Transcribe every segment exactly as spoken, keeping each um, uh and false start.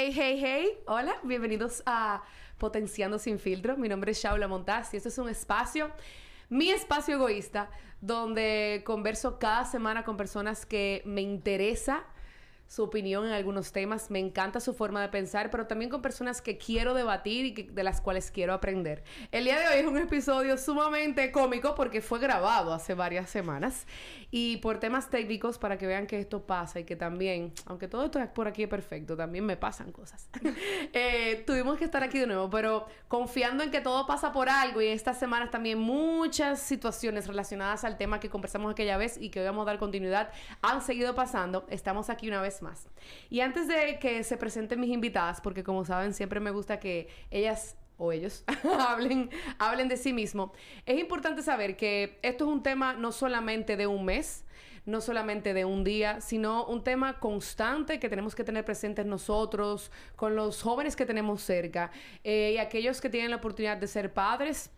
Hey, hey, hey. Hola, bienvenidos a Potenciando Sin Filtro. Mi nombre es Shaula Montaz y este es un espacio, mi espacio egoísta, donde converso cada semana con personas que me interesa su opinión en algunos temas. Me encanta su forma de pensar, pero también con personas que quiero debatir y que, de las cuales quiero aprender. El día de hoy es un episodio sumamente cómico porque fue grabado hace varias semanas y por temas técnicos, para que vean que esto pasa y que también, aunque todo esto por aquí es perfecto, también me pasan cosas. eh, tuvimos que estar aquí de nuevo, pero confiando en que todo pasa por algo, y estas semanas también muchas situaciones relacionadas al tema que conversamos aquella vez y que hoy vamos a dar continuidad han seguido pasando. Estamos aquí una vez más. Y antes de que se presenten mis invitadas, porque como saben siempre me gusta que ellas o ellos hablen, hablen de sí mismos, es importante saber que esto es un tema no solamente de un mes, no solamente de un día, sino un tema constante que tenemos que tener presentes nosotros, con los jóvenes que tenemos cerca, eh, y aquellos que tienen la oportunidad de ser padres.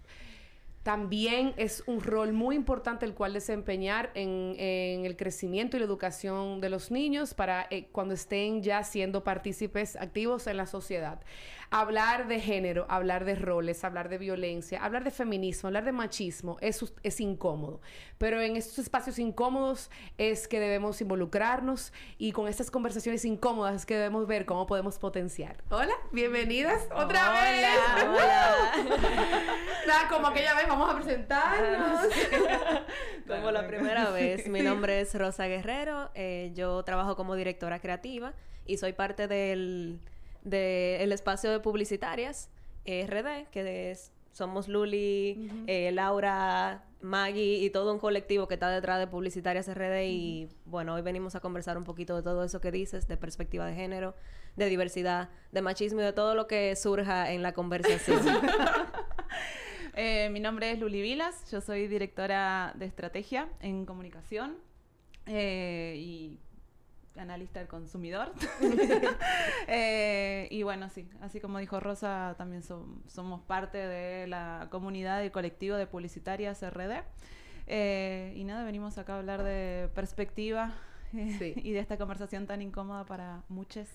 También es un rol muy importante el cual desempeñar en, en el crecimiento y la educación de los niños para eh, cuando estén ya siendo partícipes activos en la sociedad. Hablar de género, hablar de roles, hablar de violencia, hablar de feminismo, hablar de machismo es, es incómodo. Pero en estos espacios incómodos es que debemos involucrarnos, y con estas conversaciones incómodas es que debemos ver cómo podemos potenciar. Hola, bienvenidas otra hola, vez. Hola. Nada, como aquella vez, vamos a presentarnos. Como la primera vez. Mi nombre es Rosa Guerrero. Eh, yo trabajo como directora creativa y soy parte del, del espacio de publicitarias R D, que es, somos Luli, uh-huh. eh, Laura, Maggie y todo un colectivo que está detrás de Publicitarias R D. Uh-huh. Y bueno, hoy venimos a conversar un poquito de todo eso que dices, de perspectiva de género, de diversidad, de machismo y de todo lo que surja en la conversación. Eh, mi nombre es Luli Vilas, yo soy directora de estrategia en comunicación eh, y analista del consumidor. eh, y bueno, sí, así como dijo Rosa, también so, somos parte de la comunidad y colectivo de Publicitarias R D. Eh, y nada, venimos acá a hablar de perspectiva eh, sí. y de esta conversación tan incómoda para muchos.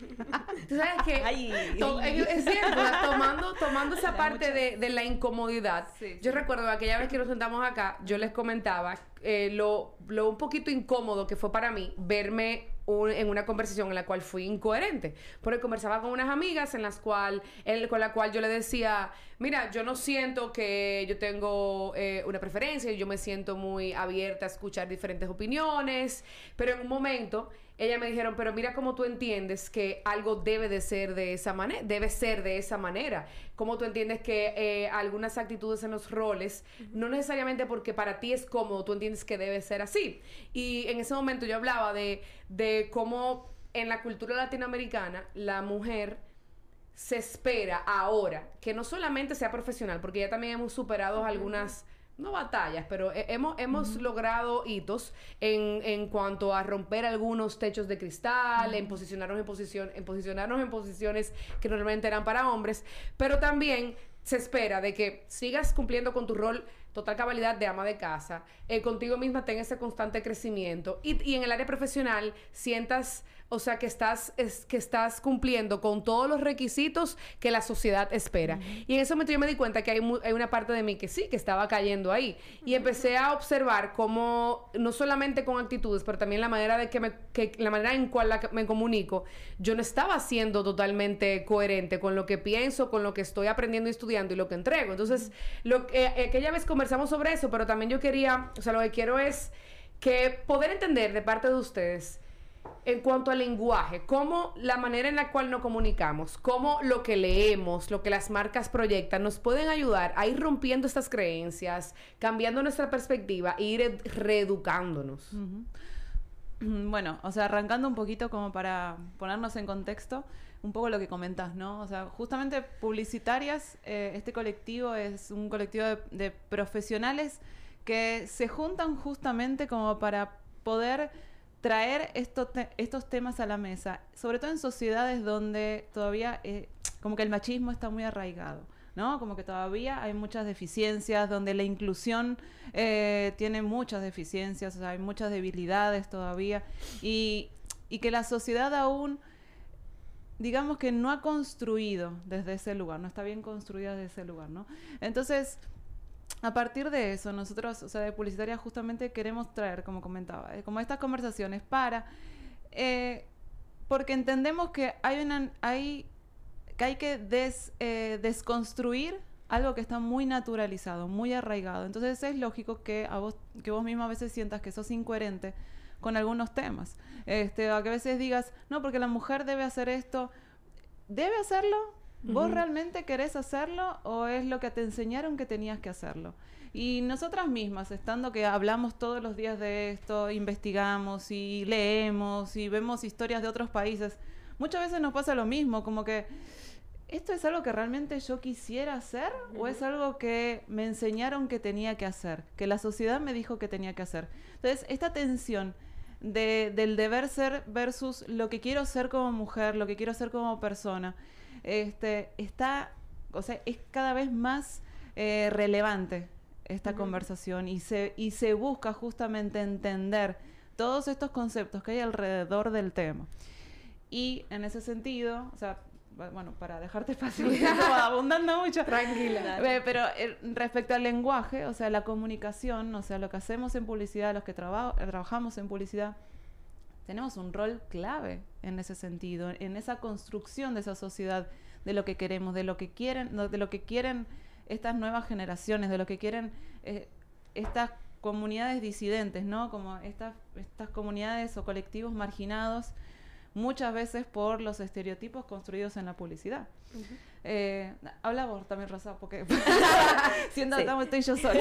Tú sabes que ay, to- ay. es cierto, tomando, tomando esa parte de, de la incomodidad. Sí, yo sí. recuerdo aquella vez que nos sentamos acá, yo les comentaba eh, lo, lo un poquito incómodo que fue para mí verme un, en una conversación en la cual fui incoherente, porque conversaba con unas amigas en las cual, en, con la cual yo le decía, mira, yo no siento que yo tengo eh, una preferencia, yo me siento muy abierta a escuchar diferentes opiniones, pero en un momento ellas me dijeron, pero mira cómo tú entiendes que algo debe de ser de esa manera, debe ser de esa manera. Cómo tú entiendes que eh, algunas actitudes en los roles, uh-huh. no necesariamente porque para ti es cómodo, tú entiendes que debe ser así. Y en ese momento yo hablaba de, de cómo en la cultura latinoamericana la mujer se espera ahora que no solamente sea profesional, porque ya también hemos superado uh-huh. algunas... no batallas, pero he, hemos, hemos uh-huh. logrado hitos en, en cuanto a romper algunos techos de cristal, uh-huh. en posicionarnos en, posición, en posicionarnos en posiciones que normalmente eran para hombres, pero también se espera de que sigas cumpliendo con tu rol total cabalidad de ama de casa, eh, contigo misma tengas ese constante crecimiento y, y en el área profesional sientas, o sea, que estás, es, que estás cumpliendo con todos los requisitos que la sociedad espera. Uh-huh. Y en ese momento yo me di cuenta que hay, mu- hay una parte de mí que sí, que estaba cayendo ahí. Uh-huh. Y empecé a observar cómo, no solamente con actitudes, pero también la manera de que me, que la manera en cual la, me comunico, yo no estaba siendo totalmente coherente con lo que pienso, con lo que estoy aprendiendo y estudiando y lo que entrego. Entonces, lo que eh, aquella vez conversamos sobre eso, pero también yo quería, o sea, lo que quiero es que poder entender de parte de ustedes en cuanto al lenguaje, cómo la manera en la cual nos comunicamos, cómo lo que leemos, lo que las marcas proyectan, nos pueden ayudar a ir rompiendo estas creencias, cambiando nuestra perspectiva e ir reeducándonos. Uh-huh. Bueno, o sea, arrancando un poquito como para ponernos en contexto, un poco lo que comentas, ¿no? O sea, justamente Publicitarias, eh, este colectivo es un colectivo de, de profesionales que se juntan justamente como para poder traer esto te- estos temas a la mesa, sobre todo en sociedades donde todavía eh, como que el machismo está muy arraigado, ¿no? Como que todavía hay muchas deficiencias, donde la inclusión eh, tiene muchas deficiencias, o sea, hay muchas debilidades todavía, y, y que la sociedad aún digamos que no ha construido desde ese lugar, no está bien construida desde ese lugar, ¿no? Entonces, a partir de eso, nosotros, o sea, de Publicitaria justamente queremos traer, como comentaba, eh, como estas conversaciones para... Eh, porque entendemos que hay una... Hay, que hay que des, eh, desconstruir algo que está muy naturalizado, muy arraigado. Entonces es lógico que a vos, que vos misma a veces sientas que sos incoherente con algunos temas. Este, a que a veces digas, no, porque la mujer debe hacer esto. ¿Debe hacerlo? ¿Vos uh-huh. realmente querés hacerlo o es lo que te enseñaron que tenías que hacerlo? Y nosotras mismas, estando que hablamos todos los días de esto, investigamos y leemos y vemos historias de otros países, muchas veces nos pasa lo mismo, como que ¿esto es algo que realmente yo quisiera hacer uh-huh. o es algo que me enseñaron que tenía que hacer, que la sociedad me dijo que tenía que hacer? Entonces, esta tensión de, del deber ser versus lo que quiero ser como mujer, lo que quiero ser como persona, este, está, o sea, es cada vez más eh, relevante esta uh-huh. conversación y se, y se busca justamente entender todos estos conceptos que hay alrededor del tema. Y en ese sentido, o sea, bueno, para dejarte fácil, abundando mucho. Tranquila. Eh, pero eh, respecto al lenguaje, o sea, la comunicación, o sea, lo que hacemos en publicidad, los que traba trabajamos en publicidad, tenemos un rol clave en ese sentido, en esa construcción de esa sociedad, de lo que queremos, de lo que quieren, de lo que quieren estas nuevas generaciones, de lo que quieren eh, estas comunidades disidentes, ¿no? Como estas, estas comunidades o colectivos marginados, muchas veces por los estereotipos construidos en la publicidad. Uh-huh. eh, habla vos también, Rosa, porque siendo sí. estoy yo sola.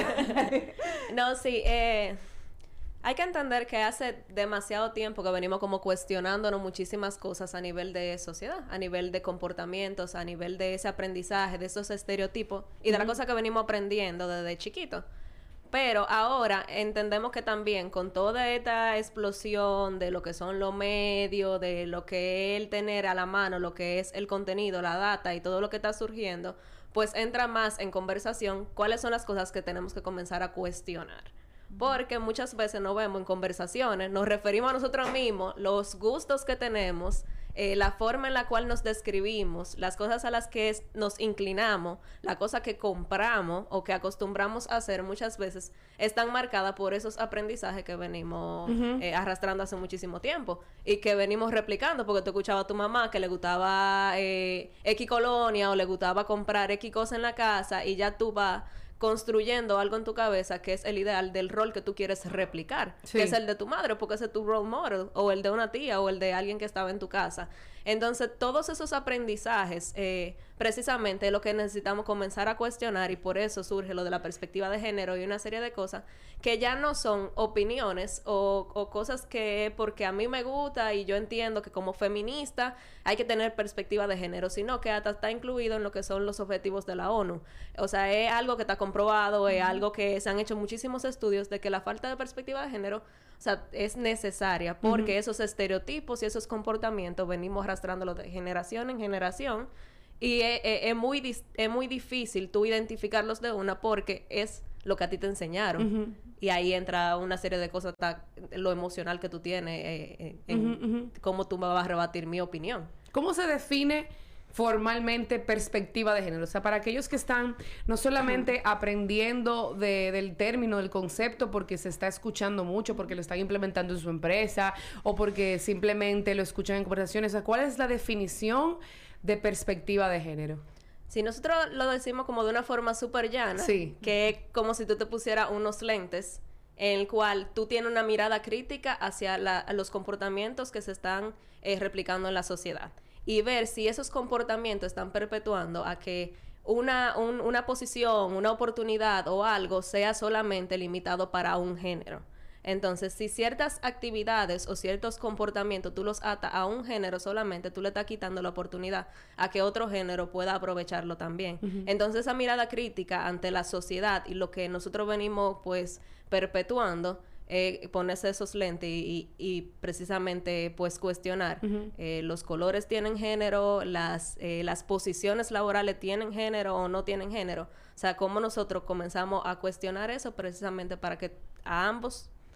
No, sí, eh, hay que entender que hace demasiado tiempo que venimos como cuestionándonos muchísimas cosas a nivel de sociedad, a nivel de comportamientos, a nivel de ese aprendizaje, de esos estereotipos y de uh-huh. las cosas que venimos aprendiendo desde chiquito. Pero ahora entendemos que también con toda esta explosión de lo que son los medios, de lo que es el tener a la mano, lo que es el contenido, la data y todo lo que está surgiendo, pues entra más en conversación cuáles son las cosas que tenemos que comenzar a cuestionar. Porque muchas veces nos vemos en conversaciones, nos referimos a nosotros mismos, los gustos que tenemos, eh, la forma en la cual nos describimos, las cosas a las que es, nos inclinamos, la cosa que compramos o que acostumbramos a hacer muchas veces están marcadas por esos aprendizajes que venimos uh-huh. eh, arrastrando hace muchísimo tiempo y que venimos replicando porque tú escuchabas a tu mamá que le gustaba eh, X colonia o le gustaba comprar X cosa en la casa y ya tú vas construyendo algo en tu cabeza que es el ideal del rol que tú quieres replicar, sí. que es el de tu madre, porque ese es tu role model, o el de una tía, o el de alguien que estaba en tu casa. Entonces, todos esos aprendizajes, eh, precisamente, es lo que necesitamos comenzar a cuestionar, y por eso surge lo de la perspectiva de género y una serie de cosas que ya no son opiniones o, o cosas que porque a mí me gusta y yo entiendo que como feminista hay que tener perspectiva de género, sino que hasta está incluido en lo que son los objetivos de la ONU. O sea, es algo que está comprobado, es algo que se han hecho muchísimos estudios de que la falta de perspectiva de género, o sea, es necesaria porque uh-huh. esos estereotipos y esos comportamientos venimos arrastrándolos de generación en generación y es, es, es, muy, es muy difícil tú identificarlos de una porque es lo que a ti te enseñaron. Uh-huh. Y ahí entra una serie de cosas, ta, lo emocional que tú tienes, eh, en uh-huh, uh-huh. cómo tú me vas a rebatir mi opinión. ¿Cómo se define formalmente perspectiva de género? O sea, para aquellos que están no solamente uh-huh. aprendiendo de, del término, del concepto, porque se está escuchando mucho, porque lo están implementando en su empresa, o porque simplemente lo escuchan en conversaciones. O sea, ¿cuál es la definición de perspectiva de género? Si nosotros lo decimos como de una forma súper llana, sí. que es como si tú te pusieras unos lentes en el cual tú tienes una mirada crítica hacia la, los comportamientos que se están eh, replicando en la sociedad y ver si esos comportamientos están perpetuando a que una, un, una posición, una oportunidad o algo sea solamente limitado para un género. Entonces, si ciertas actividades o ciertos comportamientos tú los atas a un género solamente, tú le estás quitando la oportunidad a que otro género pueda aprovecharlo también. Uh-huh. Entonces, esa mirada crítica ante la sociedad y lo que nosotros venimos, pues, perpetuando, eh, ponerse esos lentes y, y, y precisamente, pues, cuestionar. Uh-huh. Eh, los colores tienen género, las, eh, las posiciones laborales tienen género o no tienen género. O sea, cómo nosotros comenzamos a cuestionar eso precisamente para que a ambos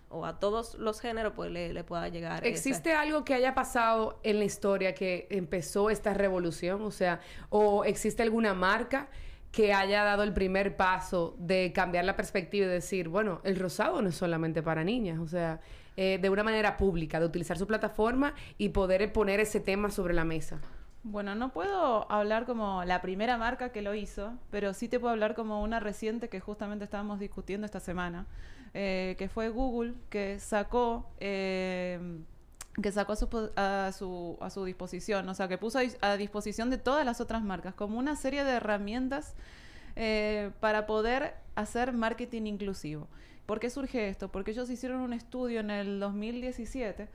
o a todos los géneros, pues le, le pueda llegar. ¿Existe ese... algo que haya pasado en la historia que empezó esta revolución? O sea, ¿o existe alguna marca que haya dado el primer paso de cambiar la perspectiva y decir, bueno, el rosado no es solamente para niñas? O sea, eh, de una manera pública, de utilizar su plataforma y poder poner ese tema sobre la mesa. Bueno, no puedo hablar como la primera marca que lo hizo, pero sí te puedo hablar como una reciente que justamente estábamos discutiendo esta semana, eh, que fue Google, que sacó... Eh, que sacó a su, a, su, a su disposición, o sea, que puso a, a disposición de todas las otras marcas, como una serie de herramientas eh, para poder hacer marketing inclusivo. ¿Por qué surge esto? Porque ellos hicieron un estudio en el dos mil diecisiete,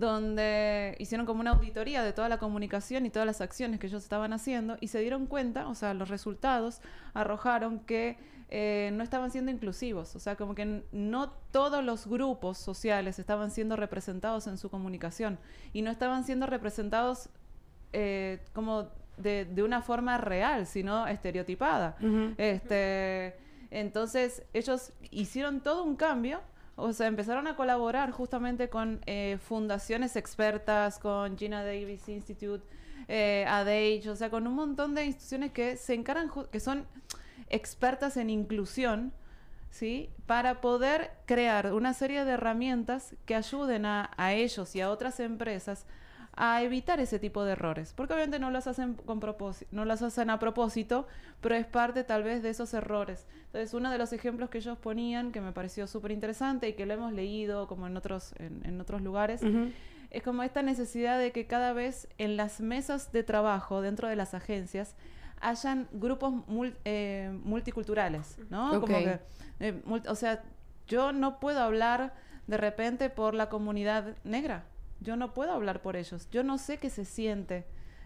donde hicieron como una auditoría de toda la comunicación y todas las acciones que ellos estaban haciendo, y se dieron cuenta, o sea, los resultados arrojaron que Eh, no estaban siendo inclusivos, o sea, como que no todos los grupos sociales estaban siendo representados en su comunicación y no estaban siendo representados eh, como de, de una forma real, sino estereotipada. Uh-huh. Este, entonces, ellos hicieron todo un cambio, o sea, empezaron a colaborar justamente con eh, fundaciones expertas, con Gina Davis Institute, eh, A D H, o sea, con un montón de instituciones que se encaran, que son expertas en inclusión, ¿sí? Para poder crear una serie de herramientas que ayuden a, a ellos y a otras empresas a evitar ese tipo de errores, porque obviamente no las hacen con propósito, no las hacen a propósito, pero es parte tal vez de esos errores. Entonces, uno de los ejemplos que ellos ponían, que me pareció súper interesante y que lo hemos leído como en otros, en, en otros lugares, uh-huh. es como esta necesidad de que cada vez en las mesas de trabajo dentro de las agencias hayan grupos mul eh, multiculturales, ¿no? Okay. Como que, eh, multi o sea, yo no puedo hablar de repente por la comunidad negra. Yo no puedo hablar por ellos. Yo no sé qué se siente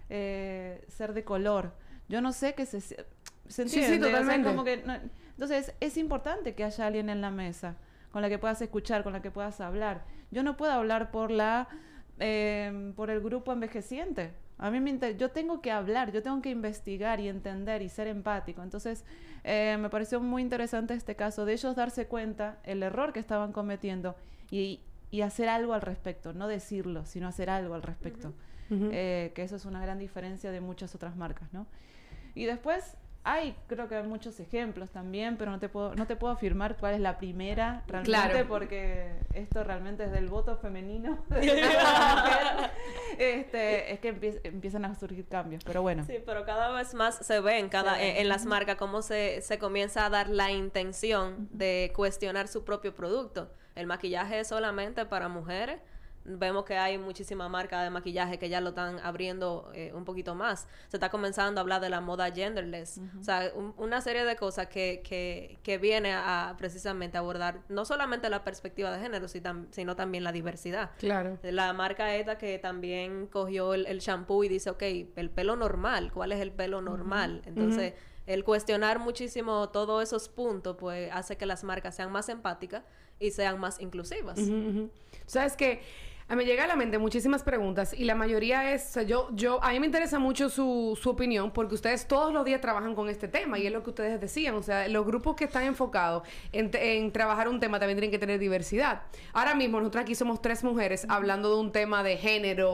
eh, ser de color. Yo no sé qué se... ¿Se entiende? Sí, sí, totalmente. O sea, como que no... Entonces, es importante que haya alguien en la mesa con la que puedas escuchar, con la que puedas hablar. Yo no puedo hablar por la... Eh, por el grupo envejeciente. A mí me inter... yo tengo que hablar, yo tengo que investigar y entender y ser empático. Entonces, eh, me pareció muy interesante este caso de ellos darse cuenta el error que estaban cometiendo y, y hacer algo al respecto. No decirlo, sino hacer algo al respecto. Uh-huh. eh, que eso es una gran diferencia de muchas otras marcas, ¿no? Y después... hay, creo que hay muchos ejemplos también, pero no te puedo, no te puedo afirmar cuál es la primera realmente, claro. Porque esto realmente es del voto femenino. este, es que empie empiezan a surgir cambios, pero bueno. Sí, pero cada vez más se ve en, cada, sí. en, en las marcas cómo se, se comienza a dar la intención de cuestionar su propio producto. El maquillaje es solamente para mujeres. Vemos que hay muchísimas marcas de maquillaje que ya lo están abriendo eh, un poquito más. Se está comenzando a hablar de la moda genderless. Uh-huh. O sea, un, una serie de cosas que, que, que viene a precisamente abordar no solamente la perspectiva de género, si tam, sino también la diversidad. Claro. La marca esta que también cogió el, el shampoo y dice, ok, el pelo normal, ¿cuál es el pelo normal? Uh-huh. Entonces, uh-huh. el cuestionar muchísimo todos esos puntos, pues, hace que las marcas sean más empáticas y sean más inclusivas. Uh-huh, uh-huh. ¿Sabes qué? A mí me llega a la mente muchísimas preguntas y la mayoría es, o sea, yo, yo, a mí me interesa mucho su, su opinión porque ustedes todos los días trabajan con este tema y es lo que ustedes decían, o sea, los grupos que están enfocados en, en trabajar un tema también tienen que tener diversidad. Ahora mismo nosotros aquí somos tres mujeres hablando de un tema de género,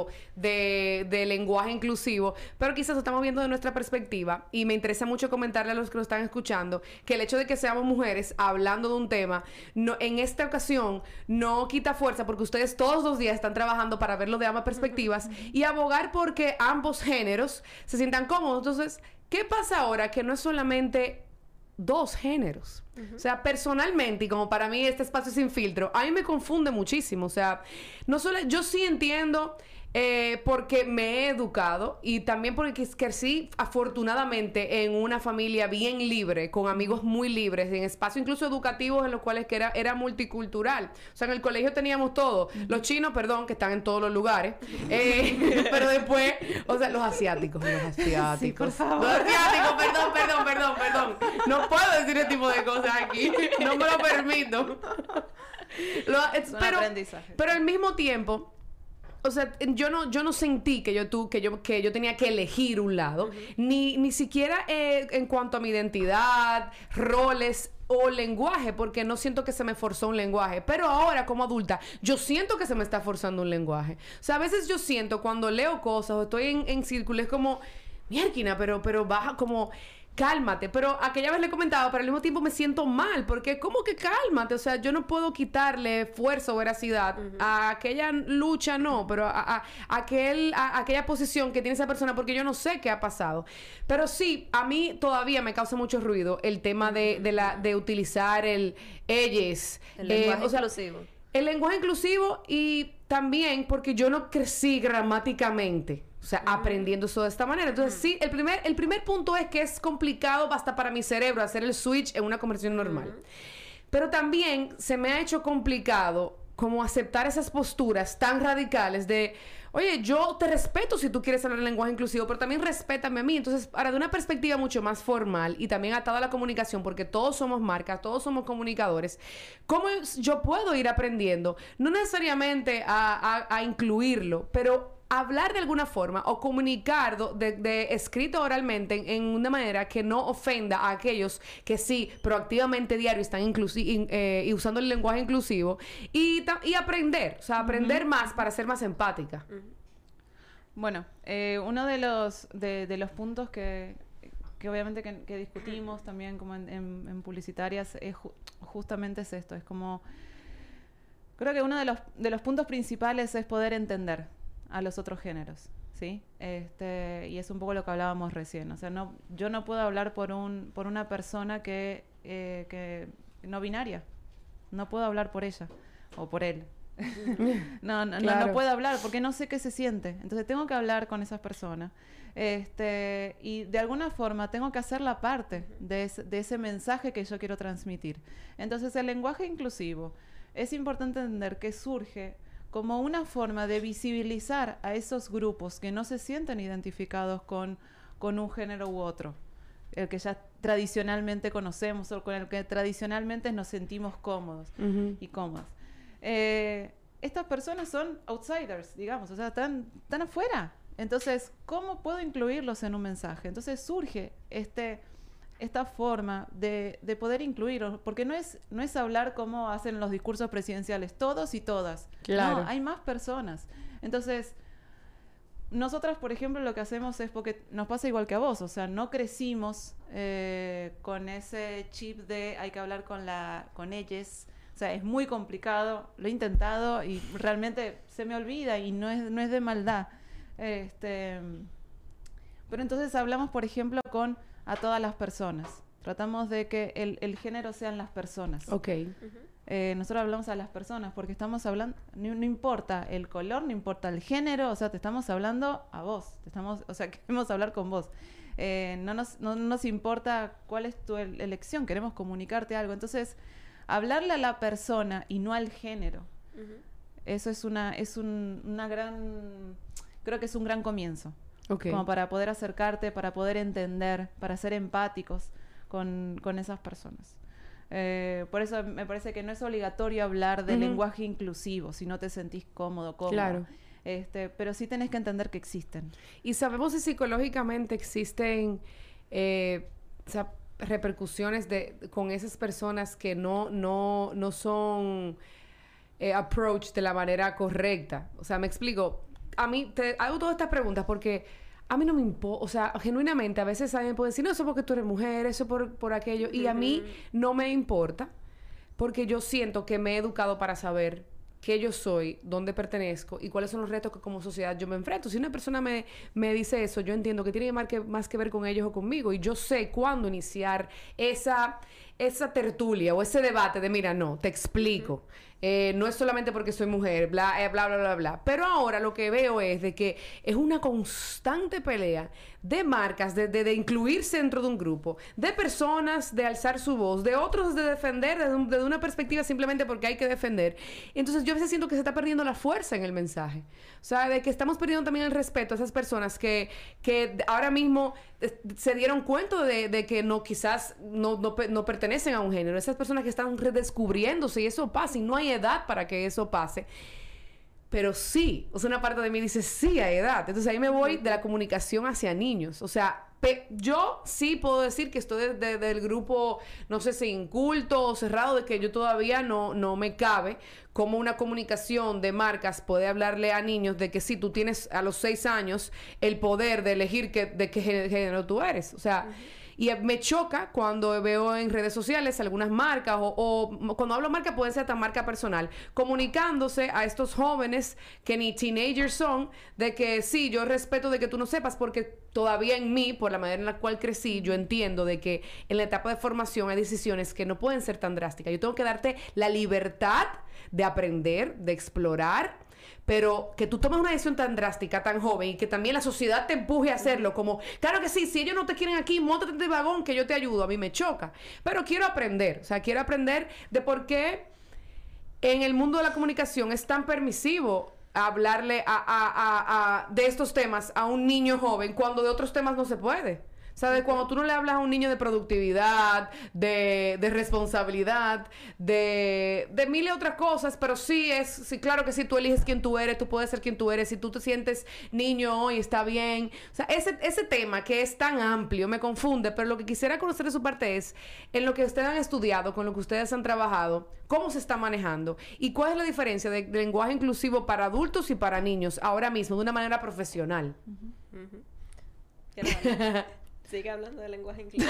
de, de lenguaje inclusivo, pero quizás lo estamos viendo de nuestra perspectiva y me interesa mucho comentarle a los que lo están escuchando que el hecho de que seamos mujeres hablando de un tema, no, en esta ocasión no quita fuerza porque ustedes todos los días están trabajando para verlo de ambas perspectivas y abogar porque ambos géneros se sientan cómodos. Entonces, ¿qué pasa ahora que no es solamente dos géneros? Uh-huh. O sea, personalmente, y como para mí este espacio sin filtro, a mí me confunde muchísimo. O sea, no solo, yo sí entiendo eh, porque me he educado y también porque crecí afortunadamente en una familia bien libre, con amigos muy libres, en espacios incluso educativos en los cuales que era, era multicultural. O sea, en el colegio teníamos todo. Uh-huh. Los chinos, perdón, que están en todos los lugares. Eh, pero después, o sea, los asiáticos, los asiáticos. Sí, por favor. Los asiáticos, perdón, perdón, perdón, perdón. No puedo decir ese tipo de cosas aquí. No me lo permito. Lo, es, es un pero, aprendizaje. pero al mismo tiempo, o sea, yo no, yo no sentí que yo, tu, que yo, que yo tenía que elegir un lado, uh-huh. ni, ni siquiera eh, en cuanto a mi identidad, roles o lenguaje, porque no siento que se me forzó un lenguaje. Pero ahora, como adulta, yo siento que se me está forzando un lenguaje. O sea, a veces yo siento cuando leo cosas o estoy en, en círculos, es como, miérquina, pero, pero baja como... Cálmate, pero aquella vez le comentaba, pero al mismo tiempo me siento mal, porque ¿cómo que cálmate? O sea, yo no puedo quitarle fuerza o veracidad uh-huh. a aquella lucha, no, pero a, a, a, aquel, a, a aquella posición que tiene esa persona, porque yo no sé qué ha pasado. Pero sí, a mí todavía me causa mucho ruido el tema de, de, la, de utilizar el ellos. El lenguaje eh, o sea, inclusivo. El lenguaje inclusivo y también porque yo no crecí gramáticamente. O sea, uh-huh. aprendiendo eso de esta manera. Entonces, uh-huh. sí, el primer, el primer punto es que es complicado hasta para mi cerebro hacer el switch en una conversación normal. Uh-huh. Pero también se me ha hecho complicado como aceptar esas posturas tan radicales de, oye, yo te respeto si tú quieres hablar el lenguaje inclusivo, pero también respétame a mí. Entonces, ahora de una perspectiva mucho más formal y también atada a la comunicación, porque todos somos marcas, todos somos comunicadores, ¿cómo yo puedo ir aprendiendo? No necesariamente a, a, a incluirlo, pero hablar de alguna forma o comunicar de, de escrito oralmente en, en una manera que no ofenda a aquellos que sí proactivamente diario están inclusi- in, eh, y usando el lenguaje inclusivo y, ta- y aprender, o sea, aprender uh-huh. más para ser más empática. Uh-huh. Bueno, eh, uno de los de, de los puntos que, que obviamente que, que discutimos también como en, en, en publicitarias es ju- justamente es esto, es como creo que uno de los de los puntos principales es poder entender a los otros géneros, ¿sí? Este, y es un poco lo que hablábamos recién. O sea, no, yo no puedo hablar por un, por una persona que, eh, que no binaria. No puedo hablar por ella o por él. no, no, claro. no, no puedo hablar porque no sé qué se siente. Entonces tengo que hablar con esas personas. Este, y de alguna forma tengo que hacer la parte de, es, de ese mensaje que yo quiero transmitir. Entonces el lenguaje inclusivo es importante entender que surge como una forma de visibilizar a esos grupos que no se sienten identificados con, con un género u otro, el que ya tradicionalmente conocemos o con el que tradicionalmente nos sentimos cómodos uh-huh. y cómodas. Eh, estas personas son outsiders, digamos, o sea, están, están afuera. Entonces, ¿cómo puedo incluirlos en un mensaje? Entonces surge este... esta forma de, de poder incluirlos, porque no es, no es hablar como hacen los discursos presidenciales, todos y todas. Claro. No, hay más personas. Entonces, nosotras, por ejemplo, lo que hacemos es porque nos pasa igual que a vos, o sea, no crecimos eh, con ese chip de hay que hablar con, la, con ellas. O sea, es muy complicado, lo he intentado y realmente se me olvida y no es, no es de maldad. Este, pero entonces hablamos, por ejemplo, con a todas las personas. Tratamos de que el, el género sean las personas. Ok. Uh-huh. Eh, nosotros hablamos a las personas porque estamos hablando, no, no importa el color, no importa el género, o sea, te estamos hablando a vos, te estamos, o sea, queremos hablar con vos. Eh, no, nos, no, no nos importa cuál es tu el, elección, queremos comunicarte algo. Entonces, hablarle a la persona y no al género, uh-huh. eso es una, es un, una gran, creo que es un gran comienzo. Okay. Como para poder acercarte, para poder entender, para ser empáticos con, con esas personas. Eh, por eso me parece que no es obligatorio hablar de uh-huh. lenguaje inclusivo si no te sentís cómodo, cómoda. Claro. Este, pero sí tenés que entender que existen. Y sabemos si psicológicamente existen eh, o sea, repercusiones de, con esas personas que no, no, no son eh, approach de la manera correcta. O sea, me explico. A mí, te hago todas estas preguntas porque a mí no me importa, o sea, genuinamente a veces alguien puede decir, no, eso porque tú eres mujer, eso por, por aquello, y uh-huh. a mí no me importa porque yo siento que me he educado para saber qué yo soy, dónde pertenezco y cuáles son los retos que como sociedad yo me enfrento. Si una persona me, me dice eso, yo entiendo que tiene más que, más que ver con ellos o conmigo y yo sé cuándo iniciar esa, esa tertulia o ese debate de, mira, no, te explico. Uh-huh. Eh, no es solamente porque soy mujer, bla, eh, bla, bla, bla, bla. Pero ahora lo que veo es de que es una constante pelea de marcas, de, de, de incluirse dentro de un grupo, de personas de alzar su voz, de otros de defender desde, un, desde una perspectiva simplemente porque hay que defender. Entonces yo a veces siento que se está perdiendo la fuerza en el mensaje. O sea, de que estamos perdiendo también el respeto a esas personas que, que ahora mismo eh, se dieron cuenta de, de que no, quizás no, no, no pertenecen a un género. Esas personas que están redescubriéndose y eso pasa y no hay edad para que eso pase. pero sí, o sea, una parte de mí dice, sí, hay edad. Entonces ahí me voy de la comunicación hacia niños. O sea, pe- yo sí puedo decir que estoy de- de- del grupo, no sé si inculto o cerrado, de que yo todavía no, no me cabe cómo una comunicación de marcas puede hablarle a niños de que sí, tú tienes a los seis años el poder de elegir que, de qué gé- género tú eres. O sea... Uh-huh. Y me choca cuando veo en redes sociales algunas marcas o, o cuando hablo marca puede ser hasta marca personal, comunicándose a estos jóvenes que ni teenagers son, de que sí, yo respeto de que tú no sepas porque todavía en mí, por la manera en la cual crecí, yo entiendo de que en la etapa de formación hay decisiones que no pueden ser tan drásticas. Yo tengo que darte la libertad de aprender, de explorar, pero que tú tomes una decisión tan drástica, tan joven, y que también la sociedad te empuje a hacerlo, como, claro que sí, si ellos no te quieren aquí, móntate en el vagón que yo te ayudo, a mí me choca. Pero quiero aprender, o sea, quiero aprender de por qué en el mundo de la comunicación es tan permisivo hablarle a, a, a, a, de estos temas a un niño joven, cuando de otros temas no se puede. ¿Sabes? Cuando tú no le hablas a un niño de productividad, de, de responsabilidad, de, de mil y otras cosas, pero sí es, sí, claro que sí, tú eliges quién tú eres, tú puedes ser quien tú eres, si tú te sientes niño hoy, está bien. O sea, ese, ese tema que es tan amplio me confunde, pero lo que quisiera conocer de su parte es, en lo que ustedes han estudiado, con lo que ustedes han trabajado, cómo se está manejando y cuál es la diferencia de, de lenguaje inclusivo para adultos y para niños ahora mismo, de una manera profesional. Uh-huh. Uh-huh. ¿Qué Sigue hablando de lenguaje inclusivo.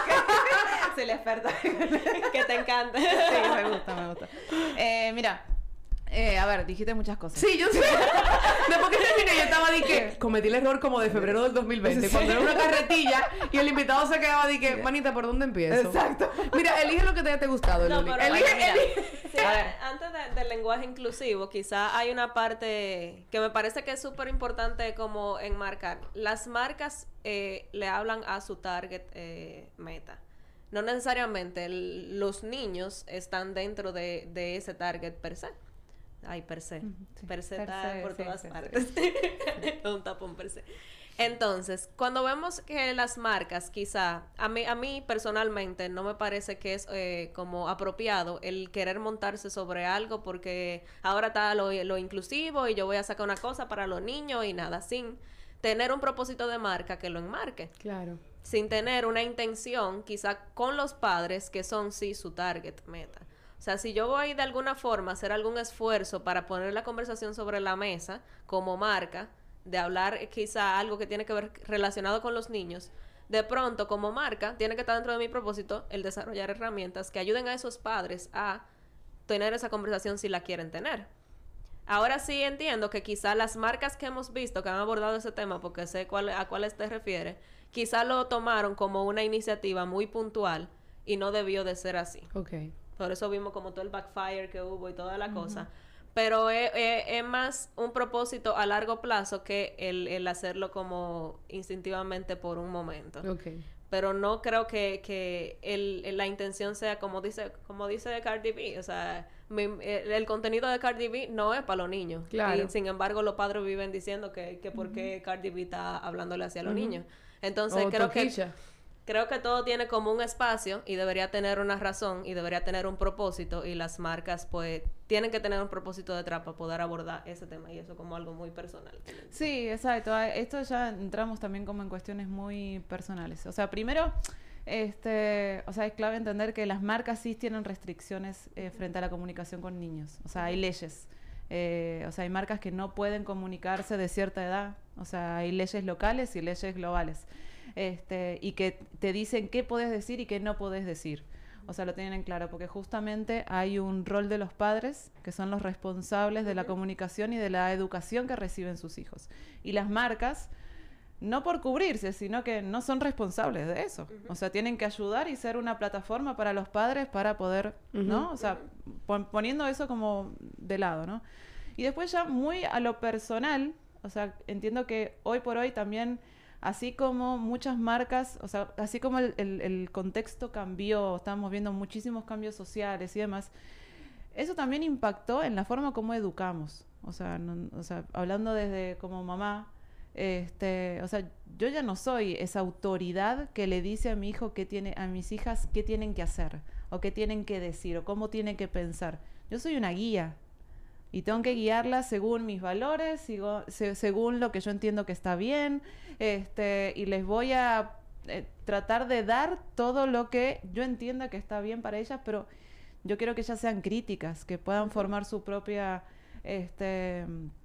Se le experta. Que te encanta. Sí, me gusta, me gusta. Eh, mira, eh, a ver, dijiste muchas cosas. Sí, yo sé. Después que terminé, yo estaba de que cometí el error como de febrero del dos mil veinte, sí. Cuando era una carretilla y el invitado se quedaba de que, manita, ¿por dónde empiezo? Exacto. Mira, elige lo que te haya gustado, no, Luli. Pero Elige, bueno, mira, elige. Sí, antes de, del lenguaje inclusivo, quizá hay una parte que me parece que es súper importante como enmarcar. Las marcas eh, le hablan a su target eh, meta. No necesariamente el, los niños están dentro de, de ese target per se. Ay, per se. Sí, per se per está se, por sí, todas sí, partes. Sí. Un tapón per se. Entonces, cuando vemos que las marcas, quizá, a mí, a mí personalmente no me parece que es eh, como apropiado el querer montarse sobre algo porque ahora está lo, lo inclusivo y yo voy a sacar una cosa para los niños y nada, sin tener un propósito de marca que lo enmarque. Claro. Sin tener una intención, quizá con los padres que son sí su target meta. O sea, si yo voy de alguna forma a hacer algún esfuerzo para poner la conversación sobre la mesa como marca, de hablar quizá algo que tiene que ver relacionado con los niños, de pronto como marca tiene que estar dentro de mi propósito el desarrollar herramientas que ayuden a esos padres a tener esa conversación si la quieren tener. Ahora sí entiendo que quizá las marcas que hemos visto que han abordado ese tema, porque sé cuál, a cuáles te refieres, quizá lo tomaron como una iniciativa muy puntual y no debió de ser así. Okay. Por eso vimos como todo el backfire que hubo y toda la uh-huh. cosa. Pero es, es, es más un propósito a largo plazo que el, el hacerlo como instintivamente por un momento. Okay. Pero no creo que, que el, el, la intención sea como dice como dice Cardi B. O sea, mi, el, el contenido de Cardi B no es para los niños. Claro. Y sin embargo, los padres viven diciendo que, que por qué uh-huh. Cardi B está hablándole hacia uh-huh. los niños. Entonces, o creo toquilla. que... Creo que todo tiene como un espacio y debería tener una razón y debería tener un propósito y las marcas pues tienen que tener un propósito detrás para poder abordar ese tema y eso como algo muy personal. Sí, exacto. Esto ya entramos también como en cuestiones muy personales. O sea, primero, este, o sea, es clave entender que las marcas sí tienen restricciones eh, frente a la comunicación con niños. O sea, hay leyes. Eh, o sea, hay marcas que no pueden comunicarse de cierta edad. O sea, hay leyes locales y leyes globales. Este, y que te dicen qué podés decir y qué no podés decir. O sea, lo tienen en claro, porque justamente hay un rol de los padres, que son los responsables de la comunicación y de la educación que reciben sus hijos. Y las marcas, no por cubrirse, sino que no son responsables de eso. Uh-huh. O sea, tienen que ayudar y ser una plataforma para los padres para poder, uh-huh. ¿no? O sea, pon- poniendo eso como de lado, ¿no? Y después ya muy a lo personal, o sea, entiendo que hoy por hoy también... Así como muchas marcas, o sea, así como el, el, el contexto cambió, estamos viendo muchísimos cambios sociales y demás, eso también impactó en la forma como educamos. O sea, no, o sea hablando desde como mamá, este, o sea, yo ya no soy esa autoridad que le dice a mi hijo qué tiene, a mis hijas qué tienen que hacer, o qué tienen que decir, o cómo tienen que pensar. Yo soy una guía. Y tengo que guiarla según mis valores, sigo, se, según lo que yo entiendo que está bien, este, y les voy a eh, tratar de dar todo lo que yo entienda que está bien para ellas, pero yo quiero que ellas sean críticas, que puedan formar su propia, este,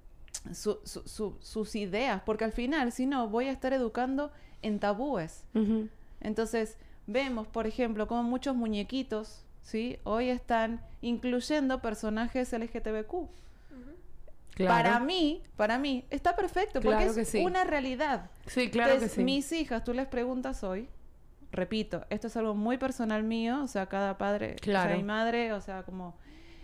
su, su, su, sus ideas, porque al final, si no, voy a estar educando en tabúes. Uh-huh. Entonces, vemos, por ejemplo, como muchos muñequitos, ¿sí? Hoy están incluyendo personajes L G T B Q. Uh-huh. Claro. Para mí, para mí, está perfecto, porque claro es sí. una realidad. Sí, claro Entonces, que sí. Mis hijas, tú les preguntas hoy, repito, esto es algo muy personal mío, o sea, cada padre, claro. o sea, y madre, o sea, como,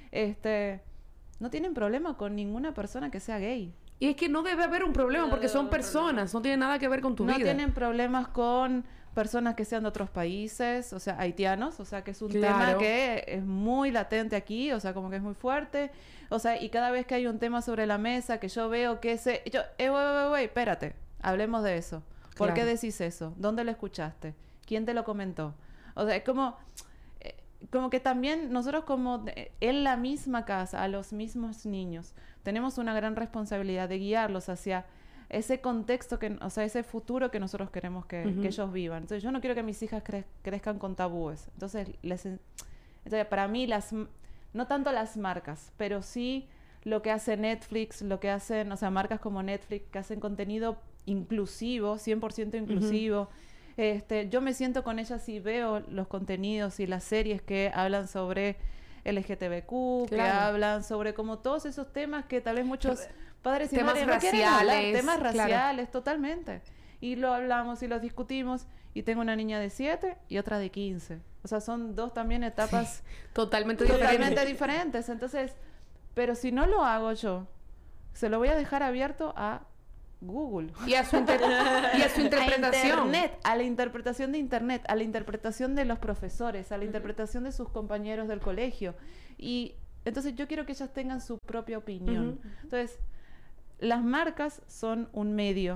este, no tienen problema con ninguna persona que sea gay. Y es que no debe haber un problema, no porque son personas, no tiene nada que ver con tu no vida. No tienen problemas con personas que sean de otros países, o sea, haitianos, o sea, que es un claro. tema que es muy latente aquí, o sea, como que es muy fuerte, o sea, y cada vez que hay un tema sobre la mesa que yo veo que ese, yo, eh, güey, güey, güey, espérate, hablemos de eso. ¿Por claro. qué decís eso? ¿Dónde lo escuchaste? ¿Quién te lo comentó? O sea, es como, eh, como que también nosotros como eh, en la misma casa, a los mismos niños, tenemos una gran responsabilidad de guiarlos hacia ese contexto, que, o sea, ese futuro que nosotros queremos que, uh-huh. que ellos vivan. Entonces, yo no quiero que mis hijas cre- crezcan con tabúes. Entonces, les, entonces, para mí, las no tanto las marcas, pero sí lo que hace Netflix, lo que hacen, o sea, marcas como Netflix, que hacen contenido inclusivo, cien por ciento inclusivo. Uh-huh. Este, yo me siento con ellas y veo los contenidos y las series que hablan sobre L G T B Q, claro. que hablan sobre como todos esos temas que tal vez muchos padres y temas madres raciales, no quieren hablar, temas raciales, claro. totalmente. Y lo hablamos y los discutimos, y tengo una niña de siete y otra de quince. O sea, son dos también etapas sí, totalmente, totalmente diferentes. diferentes. Entonces, pero si no lo hago yo, se lo voy a dejar abierto a Google. Y a su, inter- y a su interpretación. A Internet, a la interpretación de Internet, a la interpretación de los profesores, a la uh-huh. interpretación de sus compañeros del colegio. Y entonces yo quiero que ellas tengan su propia opinión. Uh-huh. Entonces, las marcas son un medio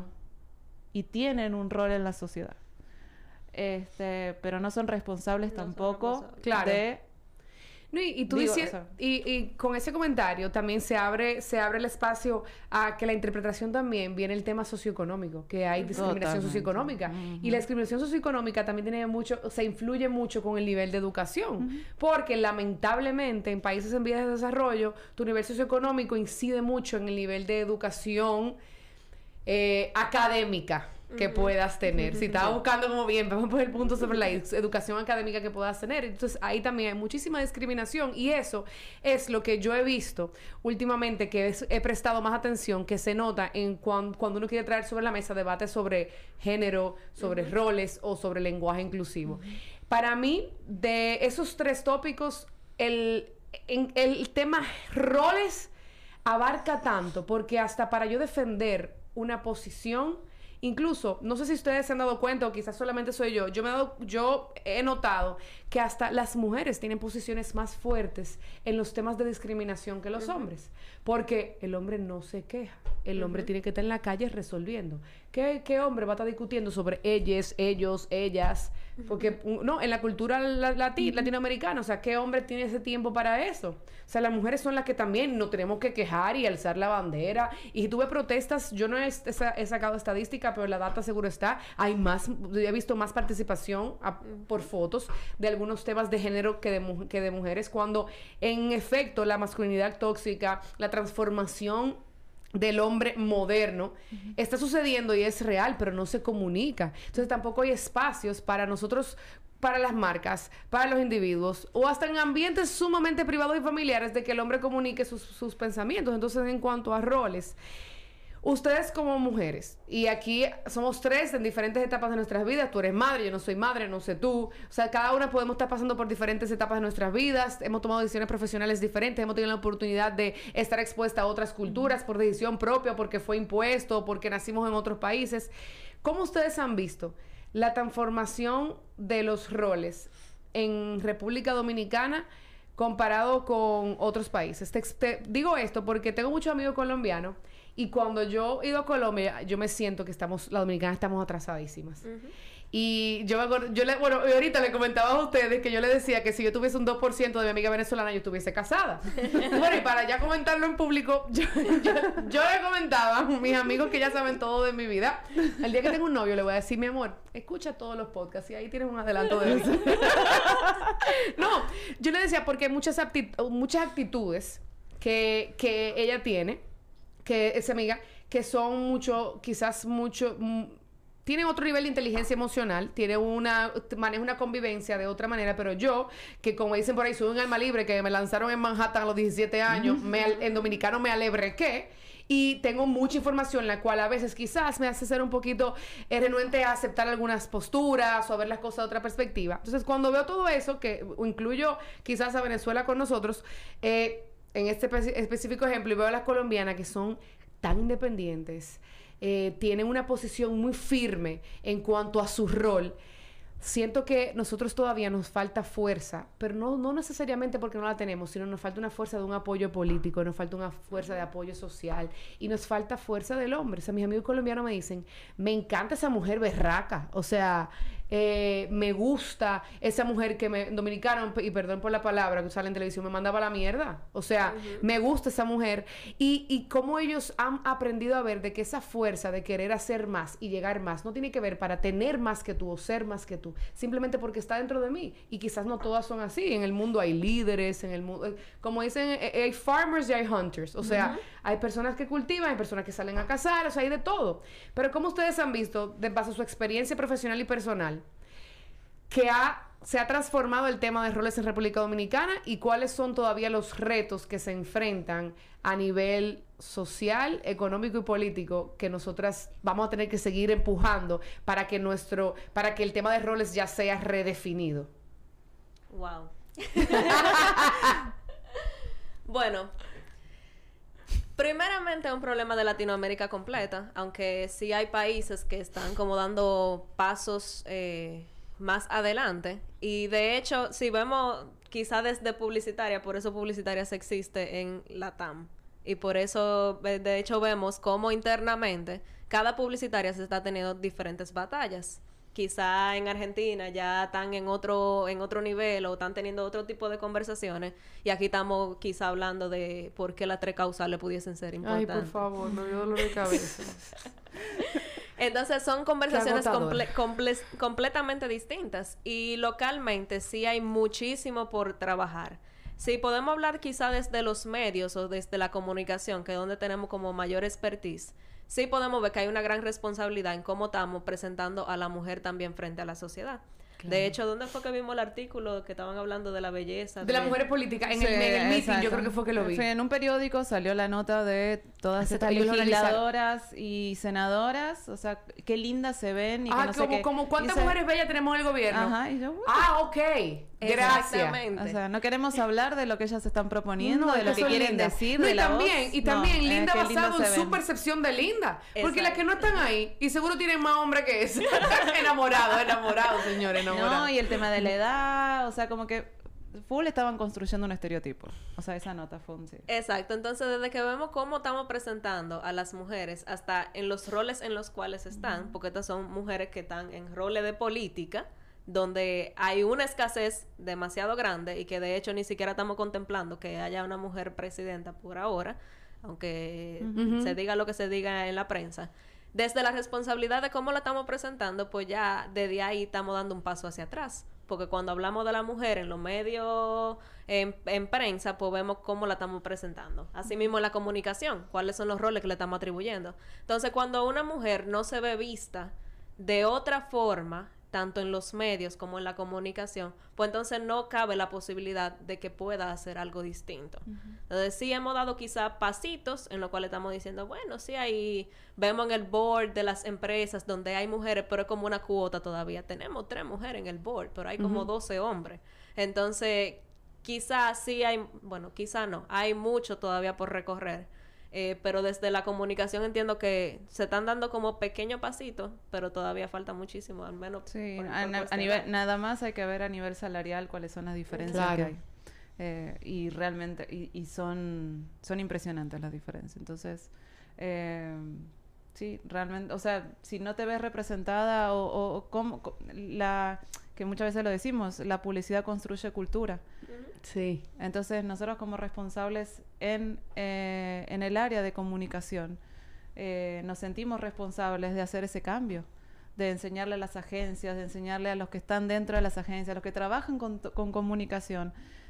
y tienen un rol en la sociedad. Este, pero no son responsables no tampoco son responsables. Claro. de... No, y, y tú Digo, dices, o sea, y, y con ese comentario también se abre, se abre el espacio a que la interpretación también viene el tema socioeconómico, que hay discriminación totalmente. socioeconómica. Uh-huh. Y la discriminación socioeconómica también tiene mucho, se influye mucho con el nivel de educación. Uh-huh. Porque lamentablemente en países en vías de desarrollo, tu nivel socioeconómico incide mucho en el nivel de educación eh, académica que uh-huh. puedas tener. Uh-huh. Si estás buscando como bien, vamos a poner el punto sobre la educación académica que puedas tener. Entonces, ahí también hay muchísima discriminación y eso es lo que yo he visto últimamente, que es, he prestado más atención, que se nota en cuan, cuando uno quiere traer sobre la mesa debates sobre género, sobre uh-huh. roles o sobre lenguaje inclusivo. Uh-huh. Para mí, de esos tres tópicos, el, en, el tema roles abarca tanto, porque hasta para yo defender una posición, incluso, no sé si ustedes se han dado cuenta o quizás solamente soy yo, yo me he dado, yo he notado que hasta las mujeres tienen posiciones más fuertes en los temas de discriminación que los uh-huh. hombres, porque el hombre no se queja, el hombre uh-huh. tiene que estar en la calle resolviendo. ¿Qué, qué hombre va a estar discutiendo sobre ellas, ellos, ellas? Porque, no, en la cultura lati- uh-huh. latinoamericana, o sea, ¿qué hombre tiene ese tiempo para eso? O sea, las mujeres son las que también nos tenemos que quejar y alzar la bandera. Y si tuve protestas, yo no he, he sacado estadística, pero la data seguro está. Hay más, he visto más participación a, por fotos de algunos temas de género que de, mu- que de mujeres, cuando en efecto la masculinidad tóxica, la transformación del hombre moderno uh-huh. está sucediendo y es real, pero no se comunica. Entonces tampoco hay espacios para nosotros, para las marcas, para los individuos, o hasta en ambientes sumamente privados y familiares, de que el hombre comunique sus, sus pensamientos. Entonces, en cuanto a roles, ustedes como mujeres, y aquí somos tres en diferentes etapas de nuestras vidas, tú eres madre, yo no soy madre, no sé tú, o sea, cada una podemos estar pasando por diferentes etapas de nuestras vidas, hemos tomado decisiones profesionales diferentes, hemos tenido la oportunidad de estar expuesta a otras culturas por decisión propia, porque fue impuesto, porque nacimos en otros países. ¿Cómo ustedes han visto la transformación de los roles en República Dominicana comparado con otros países? Te, te digo esto porque tengo muchos amigos colombianos y cuando yo he ido a Colombia, yo me siento que estamos, las dominicanas estamos atrasadísimas. Uh-huh. Y yo me acuerdo, yo le, bueno, ahorita le comentaba a ustedes que yo le decía que si yo tuviese un dos por ciento de mi amiga venezolana, yo estuviese casada. Bueno, y para ya comentarlo en público, yo, yo, yo le comentaba a mis amigos que ya saben todo de mi vida. El día que tengo un novio, le voy a decir, mi amor, escucha todos los podcasts y ahí tienes un adelanto de eso. No, yo le decía porque hay muchas, aptitud, muchas actitudes que, que ella tiene, que es amiga, que son mucho, quizás mucho... tiene otro nivel de inteligencia emocional, tiene una, maneja una convivencia de otra manera, pero yo, que como dicen por ahí, soy un alma libre, que me lanzaron en Manhattan a los diecisiete años, me, en dominicano me alebrequé, y tengo mucha información, la cual a veces quizás me hace ser un poquito eh, renuente a aceptar algunas posturas o a ver las cosas de otra perspectiva. Entonces, cuando veo todo eso, que incluyo quizás a Venezuela con nosotros, eh, en este específico ejemplo, y veo a las colombianas que son tan independientes, Eh, tienen una posición muy firme en cuanto a su rol. Siento que nosotros todavía nos falta fuerza, pero no, no necesariamente porque no la tenemos, sino nos falta una fuerza de un apoyo político, nos falta una fuerza de apoyo social y nos falta fuerza del hombre. O sea, mis amigos colombianos me dicen, me encanta esa mujer berraca, o sea, eh, me gusta esa mujer que me, dominicano, y perdón por la palabra que sale en televisión, me mandaba la mierda. O sea, uh-huh. me gusta esa mujer. Y, y cómo ellos han aprendido a ver de que esa fuerza de querer hacer más y llegar más no tiene que ver para tener más que tú o ser más que tú, simplemente porque está dentro de mí. Y quizás no todas son así. En el mundo hay líderes, en el mundo, como dicen, hay farmers y hay hunters. O sea, uh-huh. hay personas que cultivan, hay personas que salen a cazar, o sea, hay de todo. Pero como ustedes han visto, de base a su experiencia profesional y personal, que ha, se ha transformado el tema de roles en República Dominicana y cuáles son todavía los retos que se enfrentan a nivel social, económico y político que nosotras vamos a tener que seguir empujando para que nuestro, para que el tema de roles ya sea redefinido. Wow. Bueno, primeramente es un problema de Latinoamérica completa, aunque sí hay países que están como dando pasos eh, más adelante. Y de hecho, si vemos quizá desde publicitaria, por eso publicitarias existe en LATAM. Y por eso, de hecho, vemos cómo internamente cada publicitaria se está teniendo diferentes batallas. Quizá en Argentina ya están en otro, en otro nivel o están teniendo otro tipo de conversaciones. Y aquí estamos quizá hablando de por qué las tres causales pudiesen ser importantes. Ay, por favor, me dio dolor de cabeza. Entonces son conversaciones comple comple completamente distintas. Y localmente sí hay muchísimo por trabajar. Sí, podemos hablar quizá desde los medios o desde la comunicación, que es donde tenemos como mayor expertise. Sí podemos ver que hay una gran responsabilidad en cómo estamos presentando a la mujer también frente a la sociedad. Claro. De hecho, ¿dónde fue que vimos el artículo que estaban hablando de la belleza? De, de... las mujeres políticas. En, sí, el, en el meeting, exacto. Yo creo que fue que lo vi. Fue en un periódico salió la nota de todas estas legisladoras y senadoras. O sea, qué lindas se ven y ah, que no como, sé qué. como ¿cuántas dice... mujeres bellas tenemos en el gobierno? Ajá, y yo... Uh, ah, ok. Gracias. O sea, no queremos hablar de lo que ellas están proponiendo, no, de lo que quieren linda. decir, no, de y la también, voz. Y también, no, linda eh, basado linda en su percepción de linda. Exacto. Porque las que no están ahí, y seguro tienen más hombre que eso. enamorado, enamorado, señores, enamorado. No, y el tema de la edad, o sea, como que full estaban construyendo un estereotipo. O sea, esa nota fue un sí. Exacto. Entonces, desde que vemos cómo estamos presentando a las mujeres, hasta en los roles en los cuales están, mm. porque estas son mujeres que están en roles de política, donde hay una escasez demasiado grande y que de hecho ni siquiera estamos contemplando que haya una mujer presidenta por ahora, aunque uh-huh. se diga lo que se diga en la prensa. Desde la responsabilidad de cómo la estamos presentando, pues ya desde ahí estamos dando un paso hacia atrás. Porque cuando hablamos de la mujer en los medios, en, en prensa, pues vemos cómo la estamos presentando. Asimismo en la comunicación, cuáles son los roles que le estamos atribuyendo. Entonces, cuando una mujer no se ve vista de otra forma, tanto en los medios como en la comunicación, pues entonces no cabe la posibilidad de que pueda hacer algo distinto. Uh-huh. Entonces sí hemos dado quizá pasitos en los cuales estamos diciendo, bueno, sí hay, vemos en el board de las empresas donde hay mujeres, pero es como una cuota todavía. Tenemos tres mujeres en el board, pero hay como uh-huh. doce hombres. Entonces, quizá sí hay, bueno, quizá no, hay mucho todavía por recorrer. Eh, pero desde la comunicación entiendo que se están dando como pequeños pasitos, pero todavía falta muchísimo, al menos sí, por, a, por a nivel, nada más hay que ver a nivel salarial cuáles son las diferencias claro. que hay. Eh, y realmente, y, y son, son impresionantes las diferencias. Entonces, eh, sí, realmente, o sea, si no te ves representada o, o, o cómo, la, que muchas veces lo decimos, la publicidad construye cultura. Sí. Entonces, nosotros como responsables en, eh, en el área de comunicación, eh, nos sentimos responsables de hacer ese cambio, de enseñarle a las agencias, de enseñarle a los que están dentro de las agencias, a los que trabajan con, con comunicación,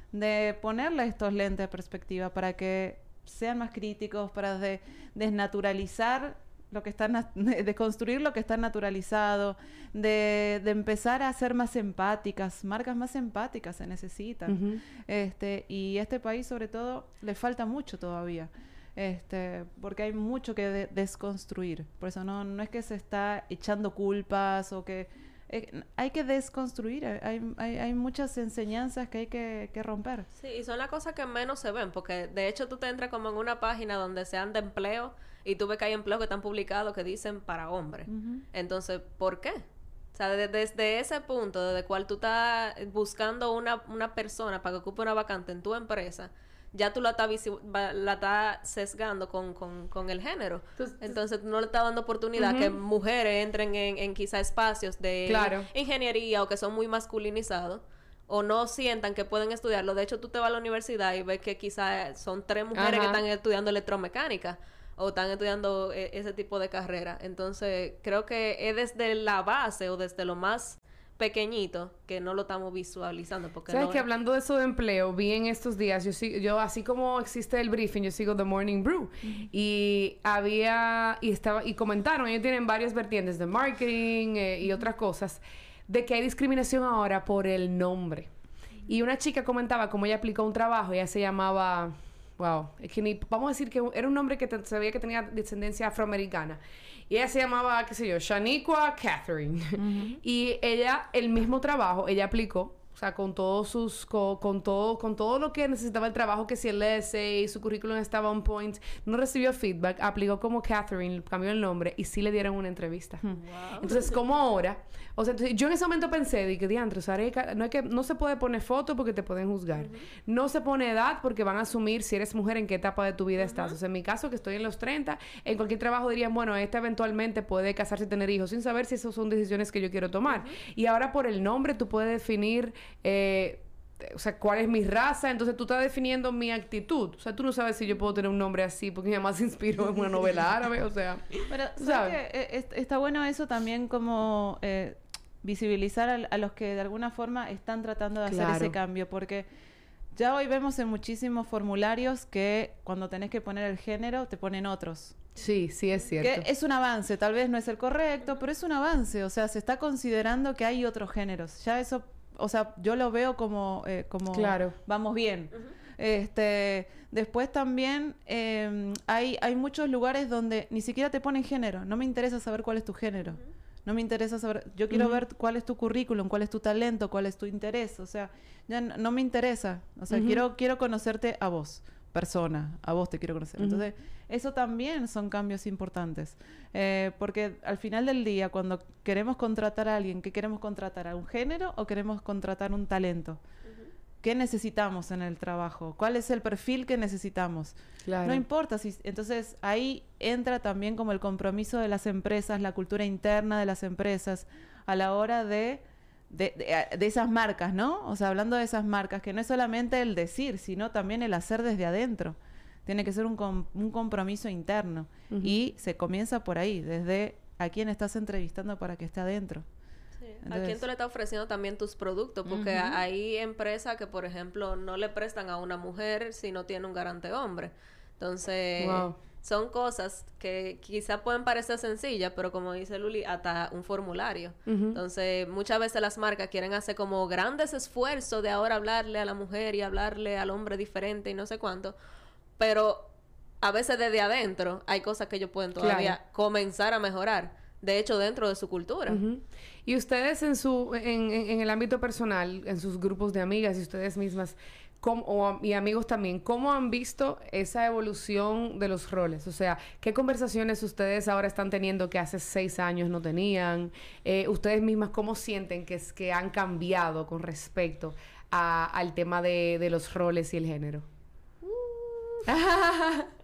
de ponerle estos lentes de perspectiva para que sean más críticos, para de, desnaturalizar lo que está, de, de construir lo que está naturalizado, de, de empezar a ser más empáticas, marcas más empáticas se necesitan. Uh-huh. Este, y este país sobre todo le falta mucho todavía. Este, porque hay mucho que de desconstruir. Por eso no, no es que se está echando culpas o que... Eh, hay que desconstruir. Hay, hay, hay muchas enseñanzas que hay que, que romper. Sí, y son las cosas que menos se ven. Porque de hecho tú te entras como en una página donde sean de empleo y tú ves que hay empleos que están publicados que dicen para hombres. Uh-huh. Entonces, ¿por qué? O sea, desde, desde ese punto, desde el cual tú estás buscando una, una persona para que ocupe una vacante en tu empresa, ya tú la estás la está sesgando con, con, con el género. Entonces, Entonces no le estás dando oportunidad uh-huh. que mujeres entren en, en quizá espacios de claro. ingeniería o que son muy masculinizados o no sientan que pueden estudiarlo. De hecho, tú te vas a la universidad y ves que quizá son tres mujeres uh-huh. que están estudiando electromecánica o están estudiando eh, ese tipo de carrera. Entonces, creo que es desde la base o desde lo más pequeñito que no lo estamos visualizando. Porque ¿Sabes no que es... hablando de eso de empleo, vi en estos días, yo sigo, yo así como existe el briefing, yo sigo The Morning Brew. Uh-huh. Y había, y estaba, y comentaron, ellos tienen varias vertientes de marketing eh, y otras cosas, de que hay discriminación ahora por el nombre. Uh-huh. Y una chica comentaba cómo ella aplicó un trabajo, ella se llamaba, wow, es que ni, vamos a decir que era un nombre que te, se veía que tenía descendencia afroamericana. Y ella se llamaba, qué sé yo, Shaniqua Catherine. Uh-huh. Y ella, el mismo trabajo, ella aplicó, o sea, con todos sus, con, con todo, con todo lo que necesitaba el trabajo, que si el essay, su currículum estaba on point, no recibió feedback, aplicó como Catherine, cambió el nombre y sí le dieron una entrevista. Wow. Entonces, como ahora, o sea, entonces, yo en ese momento pensé, de que diantre, o sea, no es que no se puede poner foto porque te pueden juzgar. Uh-huh. No se pone edad porque van a asumir si eres mujer en qué etapa de tu vida uh-huh. estás. O sea, en mi caso, que estoy en los treinta, en cualquier trabajo dirían, bueno, esta eventualmente puede casarse y tener hijos, sin saber si esas son decisiones que yo quiero tomar. Uh-huh. Y ahora por el nombre tú puedes definir Eh, o sea, cuál es mi raza, entonces tú estás definiendo mi actitud. O sea, tú no sabes si yo puedo tener un nombre así porque mi mamá se inspiró en una novela árabe, o sea... Pero, ¿sabes, ¿sabes? Que, eh, está bueno eso también como eh, visibilizar a, a los que de alguna forma están tratando de claro. hacer ese cambio, porque ya hoy vemos en muchísimos formularios que cuando tenés que poner el género, te ponen otros. Sí, sí es cierto. Que es un avance, tal vez no es el correcto, pero es un avance, o sea, se está considerando que hay otros géneros. Ya eso... O sea, yo lo veo como, eh, como claro. vamos bien. Uh-huh. Este, después también eh, hay, hay muchos lugares donde ni siquiera te ponen género. No me interesa saber cuál es tu género. Uh-huh. No me interesa saber... Yo quiero uh-huh. ver cuál es tu currículum, cuál es tu talento, cuál es tu interés. O sea, ya no, no me interesa. O sea, uh-huh. quiero, quiero conocerte a vos, persona. A vos te quiero conocer. Uh-huh. Entonces, eso también son cambios importantes. Eh, porque al final del día, cuando queremos contratar a alguien, ¿qué queremos contratar? ¿A un género o queremos contratar un talento? Uh-huh. ¿Qué necesitamos en el trabajo? ¿Cuál es el perfil que necesitamos? Claro. No importa. si Entonces, ahí entra también como el compromiso de las empresas, la cultura interna de las empresas, a la hora de, de, de, de esas marcas, ¿no? O sea, hablando de esas marcas, que no es solamente el decir, sino también el hacer desde adentro. Tiene que ser un, com un compromiso interno. Uh-huh. Y se comienza por ahí, desde a quién estás entrevistando para que esté adentro. Sí. Entonces, ¿a quién tú le estás ofreciendo también tus productos? Porque uh-huh. hay empresas que, por ejemplo, no le prestan a una mujer si no tiene un garante hombre. Entonces, wow. son cosas que quizás pueden parecer sencillas, pero como dice Luli, hasta un formulario. Uh-huh. Entonces, muchas veces las marcas quieren hacer como grandes esfuerzos de ahora hablarle a la mujer y hablarle al hombre diferente y no sé cuánto. Pero a veces desde adentro hay cosas que ellos pueden todavía claro. comenzar a mejorar. De hecho, dentro de su cultura. Uh-huh. Y ustedes en su en, en, en el ámbito personal, en sus grupos de amigas y ustedes mismas, ¿cómo, o, y amigos también, ¿cómo han visto esa evolución de los roles? O sea, ¿qué conversaciones ustedes ahora están teniendo que hace seis años no tenían? Eh, ustedes mismas, ¿cómo sienten que, es, que han cambiado con respecto a, al tema de, de los roles y el género?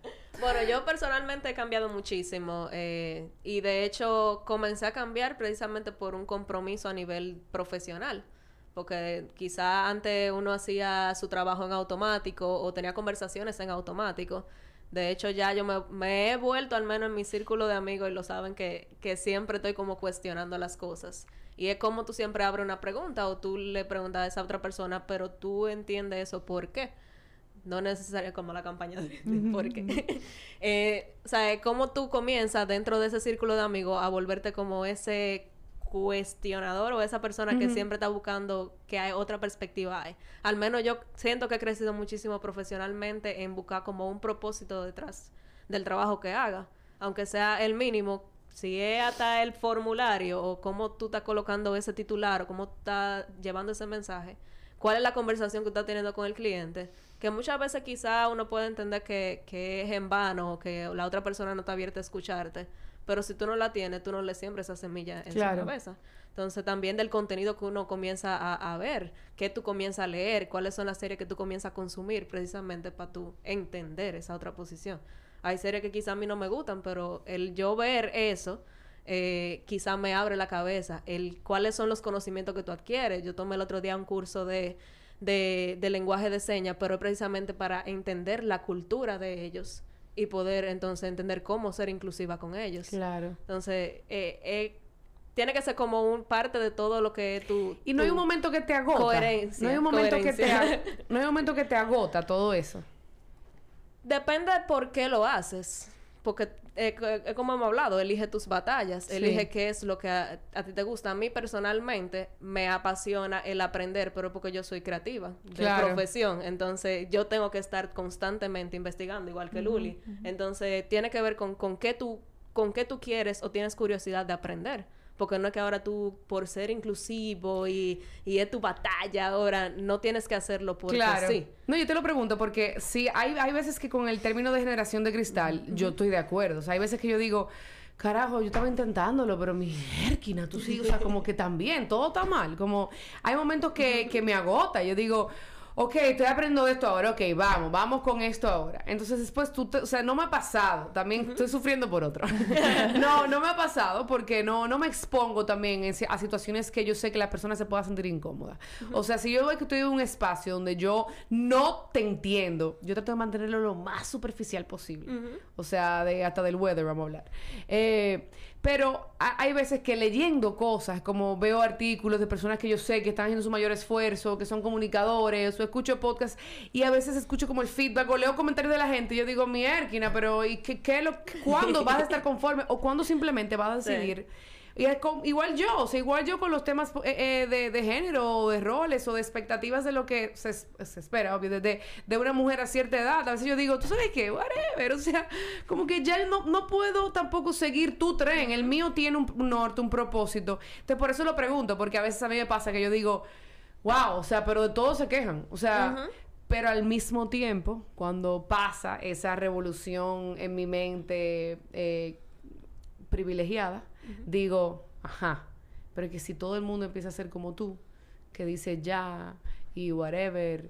Bueno, yo personalmente he cambiado muchísimo eh, y de hecho comencé a cambiar precisamente por un compromiso a nivel profesional. Porque quizá antes uno hacía su trabajo en automático o tenía conversaciones en automático. De hecho, ya yo me, me he vuelto, al menos en mi círculo de amigos, y lo saben, que, que siempre estoy como cuestionando las cosas. Y es como tú siempre abres una pregunta o tú le preguntas a esa otra persona, pero tú entiendes eso, ¿por qué? No necesariamente como la campaña de ¿por qué? eh, o sea, cómo tú comienzas dentro de ese círculo de amigos a volverte como ese cuestionador o esa persona uh-huh. que siempre está buscando que hay otra perspectiva hay. Al menos yo siento que he crecido muchísimo profesionalmente en buscar como un propósito detrás del trabajo que haga, aunque sea el mínimo. Si es hasta el formulario o cómo tú estás colocando ese titular o cómo estás llevando ese mensaje, cuál es la conversación que estás teniendo con el cliente, que muchas veces quizá uno puede entender que, que es en vano o que la otra persona no está abierta a escucharte. Pero si tú no la tienes, tú no le siembres esa semilla en claro. su cabeza. Entonces, también del contenido que uno comienza a, a ver, qué tú comienzas a leer, cuáles son las series que tú comienzas a consumir, precisamente para tú entender esa otra posición. Hay series que quizá a mí no me gustan, pero el yo ver eso, eh, quizá me abre la cabeza. El cuáles son los conocimientos que tú adquieres. Yo tomé el otro día un curso de, de, de lenguaje de señas, pero precisamente para entender la cultura de ellos. Y poder, entonces, entender cómo ser inclusiva con ellos. Claro. Entonces, eh, eh, tiene que ser como un parte de todo lo que tú... Y no hay un momento que te agota. Coherencia. No hay un momento que te... Coherencia. No hay un momento que te agota todo eso. Depende de por qué lo haces. Porque, eh, eh, como hemos hablado, elige tus batallas. Sí. Elige qué es lo que a, a ti te gusta. A mí, personalmente, me apasiona el aprender, pero porque yo soy creativa de claro. profesión. Entonces, yo tengo que estar constantemente investigando, igual que uh-huh, Luli. Uh-huh. Entonces, tiene que ver con, con, qué tú, con qué tú quieres o tienes curiosidad de aprender. Porque no es que ahora tú, por ser inclusivo y, y es tu batalla ahora, no tienes que hacerlo porque claro. sí. No, yo te lo pregunto porque sí, hay, hay veces que con el término de generación de cristal, uh-huh. yo estoy de acuerdo. O sea, hay veces que yo digo, carajo, yo estaba intentándolo, pero mi Erquina, tú sí, o sea, como que también, todo está mal. Como, hay momentos que, que me agota. Yo digo... ok, estoy aprendiendo de esto ahora, ok, vamos, vamos con esto ahora. Entonces después tú, te, o sea, no me ha pasado, también estoy sufriendo por otro. no, no me ha pasado porque no, no me expongo también en, a situaciones que yo sé que la persona se pueda sentir incómoda. Uh-huh. O sea, si yo veo que estoy en un espacio donde yo no te entiendo, yo trato de mantenerlo lo más superficial posible. Uh-huh. O sea, de, hasta del weather vamos a hablar. Eh... Pero hay veces que leyendo cosas, como veo artículos de personas que yo sé que están haciendo su mayor esfuerzo, que son comunicadores, o escucho podcasts, y a veces escucho como el feedback, o leo comentarios de la gente, y yo digo, mi Erquina, pero ¿y qué, qué lo, cuándo vas a estar conforme? ¿O cuándo simplemente vas a decidir? Sí. Y es con, igual yo, o sea, igual yo con los temas eh, eh, de, de género, o de roles, o de expectativas de lo que se, se espera, obvio, de, de, de una mujer a cierta edad. A veces yo digo, ¿tú sabes qué? Whatever, o sea, como que ya no, no puedo tampoco seguir tu tren. El mío tiene un, un norte, un propósito. Entonces, por eso lo pregunto, porque a veces a mí me pasa que yo digo, wow, o sea, pero de todo se quejan. O sea... Uh-huh. Pero al mismo tiempo, cuando pasa esa revolución en mi mente eh, privilegiada, uh-huh. digo, ajá, pero que si todo el mundo empieza a ser como tú, que dice ya y whatever,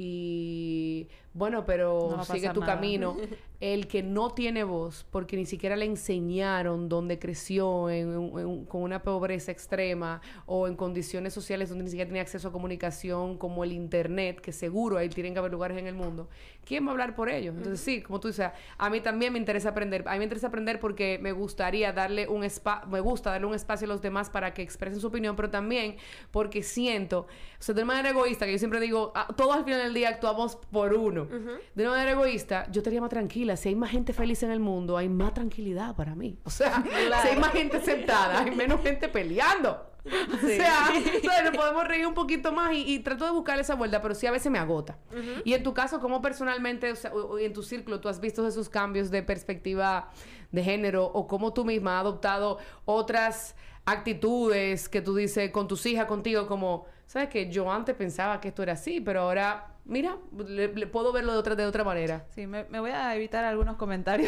y bueno, pero no sigue tu nada. Camino, el que no tiene voz, porque ni siquiera le enseñaron donde creció en, en, en, con una pobreza extrema o en condiciones sociales donde ni siquiera tenía acceso a comunicación como el internet, que seguro ahí tienen que haber lugares en el mundo. ¿Quién va a hablar por ellos? Entonces sí, como tú dices, a mí también me interesa aprender. A mí me interesa aprender porque me gustaría darle un espacio, me gusta darle un espacio a los demás para que expresen su opinión, pero también porque siento, o sea, de una manera egoísta, que yo siempre digo, ah, todos al final del día actuamos por uno. Uh-huh. De una manera egoísta, yo estaría más tranquila. Si hay más gente feliz en el mundo, hay más tranquilidad para mí. O sea, claro. Si hay más gente sentada, hay menos gente peleando. Sí. O sea, bueno, podemos reír un poquito más y, y trato de buscar esa vuelta, pero sí a veces me agota. Uh-huh. Y en tu caso, ¿cómo personalmente, o sea, o, o en tu círculo, tú has visto esos cambios de perspectiva de género o cómo tú misma has adoptado otras actitudes que tú dices con tus hijas, contigo, como, ¿sabes qué? Yo antes pensaba que esto era así, pero ahora... Mira, le, le puedo verlo de otra, de otra manera. Sí, me, me voy a evitar algunos comentarios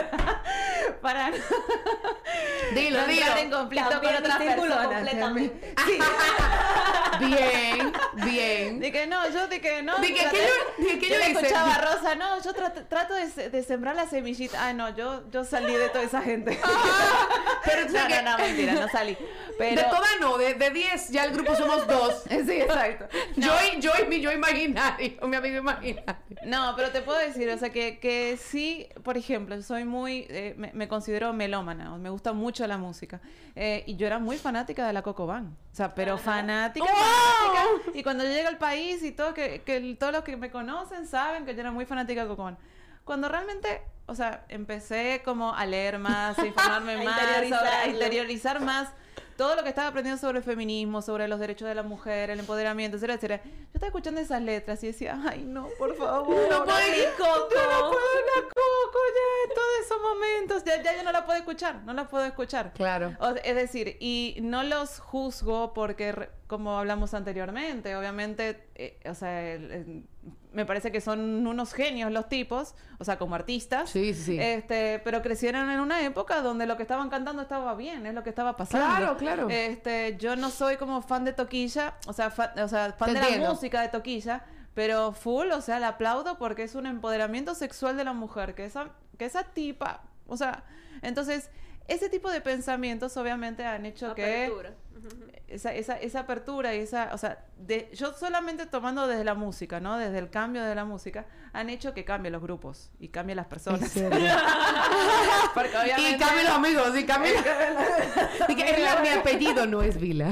para no, dilo, no dilo. entrar en conflicto con otras personas. Completamente. Sí. Bien, bien. De que no, yo de que no. De que, traté- que yo, de que yo yo le hice. escuchaba a Rosa, no, yo trato, trato de, se- de sembrar la semillita. Ah, no, yo, yo salí de toda esa gente. Pero tú no, sabes no, no, mentira, no salí. Pero... De todas no, de, de diez ya el grupo somos dos. Sí, exacto. Yo y yo y mi yo imaginario, mi amigo imaginario. No, pero te puedo decir, o sea, que, que sí, por ejemplo, soy muy, eh, me, me considero melómana, me gusta mucho la música. Eh, y yo era muy fanática de la Coco Band. O sea, pero fanática, ¡Oh! fanática. Y cuando yo llego al país y todo, que, que el- todos los que me conocen saben que yo era muy fanática de Coco Band. Cuando realmente, o sea, empecé como a leer más, a informarme A más, sobre- a interiorizarlo. interiorizar más todo lo que estaba aprendiendo sobre el feminismo, sobre los derechos de la mujer, el empoderamiento, etcétera, etcétera. Yo estaba escuchando esas letras y decía, ay, no, por favor. No puedo ni Coco. Yo no puedo la Coco ya en todos esos momentos. Ya, ya yo no la puedo escuchar, no la puedo escuchar. Claro. O- es decir, y no los juzgo porque, re- como hablamos anteriormente, obviamente, eh, o sea, el- el- me parece que son unos genios los tipos, o sea, como artistas. Sí, sí. Este, pero crecieron en una época donde lo que estaban cantando estaba bien, es lo que estaba pasando. Claro, claro. Este, yo no soy como fan de Toquilla, o sea, fa- o sea, fan Te de la entiendo. música de Toquilla, pero full, o sea, la aplaudo porque es un empoderamiento sexual de la mujer, que esa, que esa tipa, o sea, entonces, ese tipo de pensamientos obviamente han hecho Apertura. que esa, esa, esa apertura y esa, o sea, de, yo solamente tomando desde la música, ¿no? Desde el cambio de la música, han hecho que cambien los grupos y cambien las personas. Porque obviamente... Y cambien los amigos, y cambien. Y que es la- mi apellido no es Vila.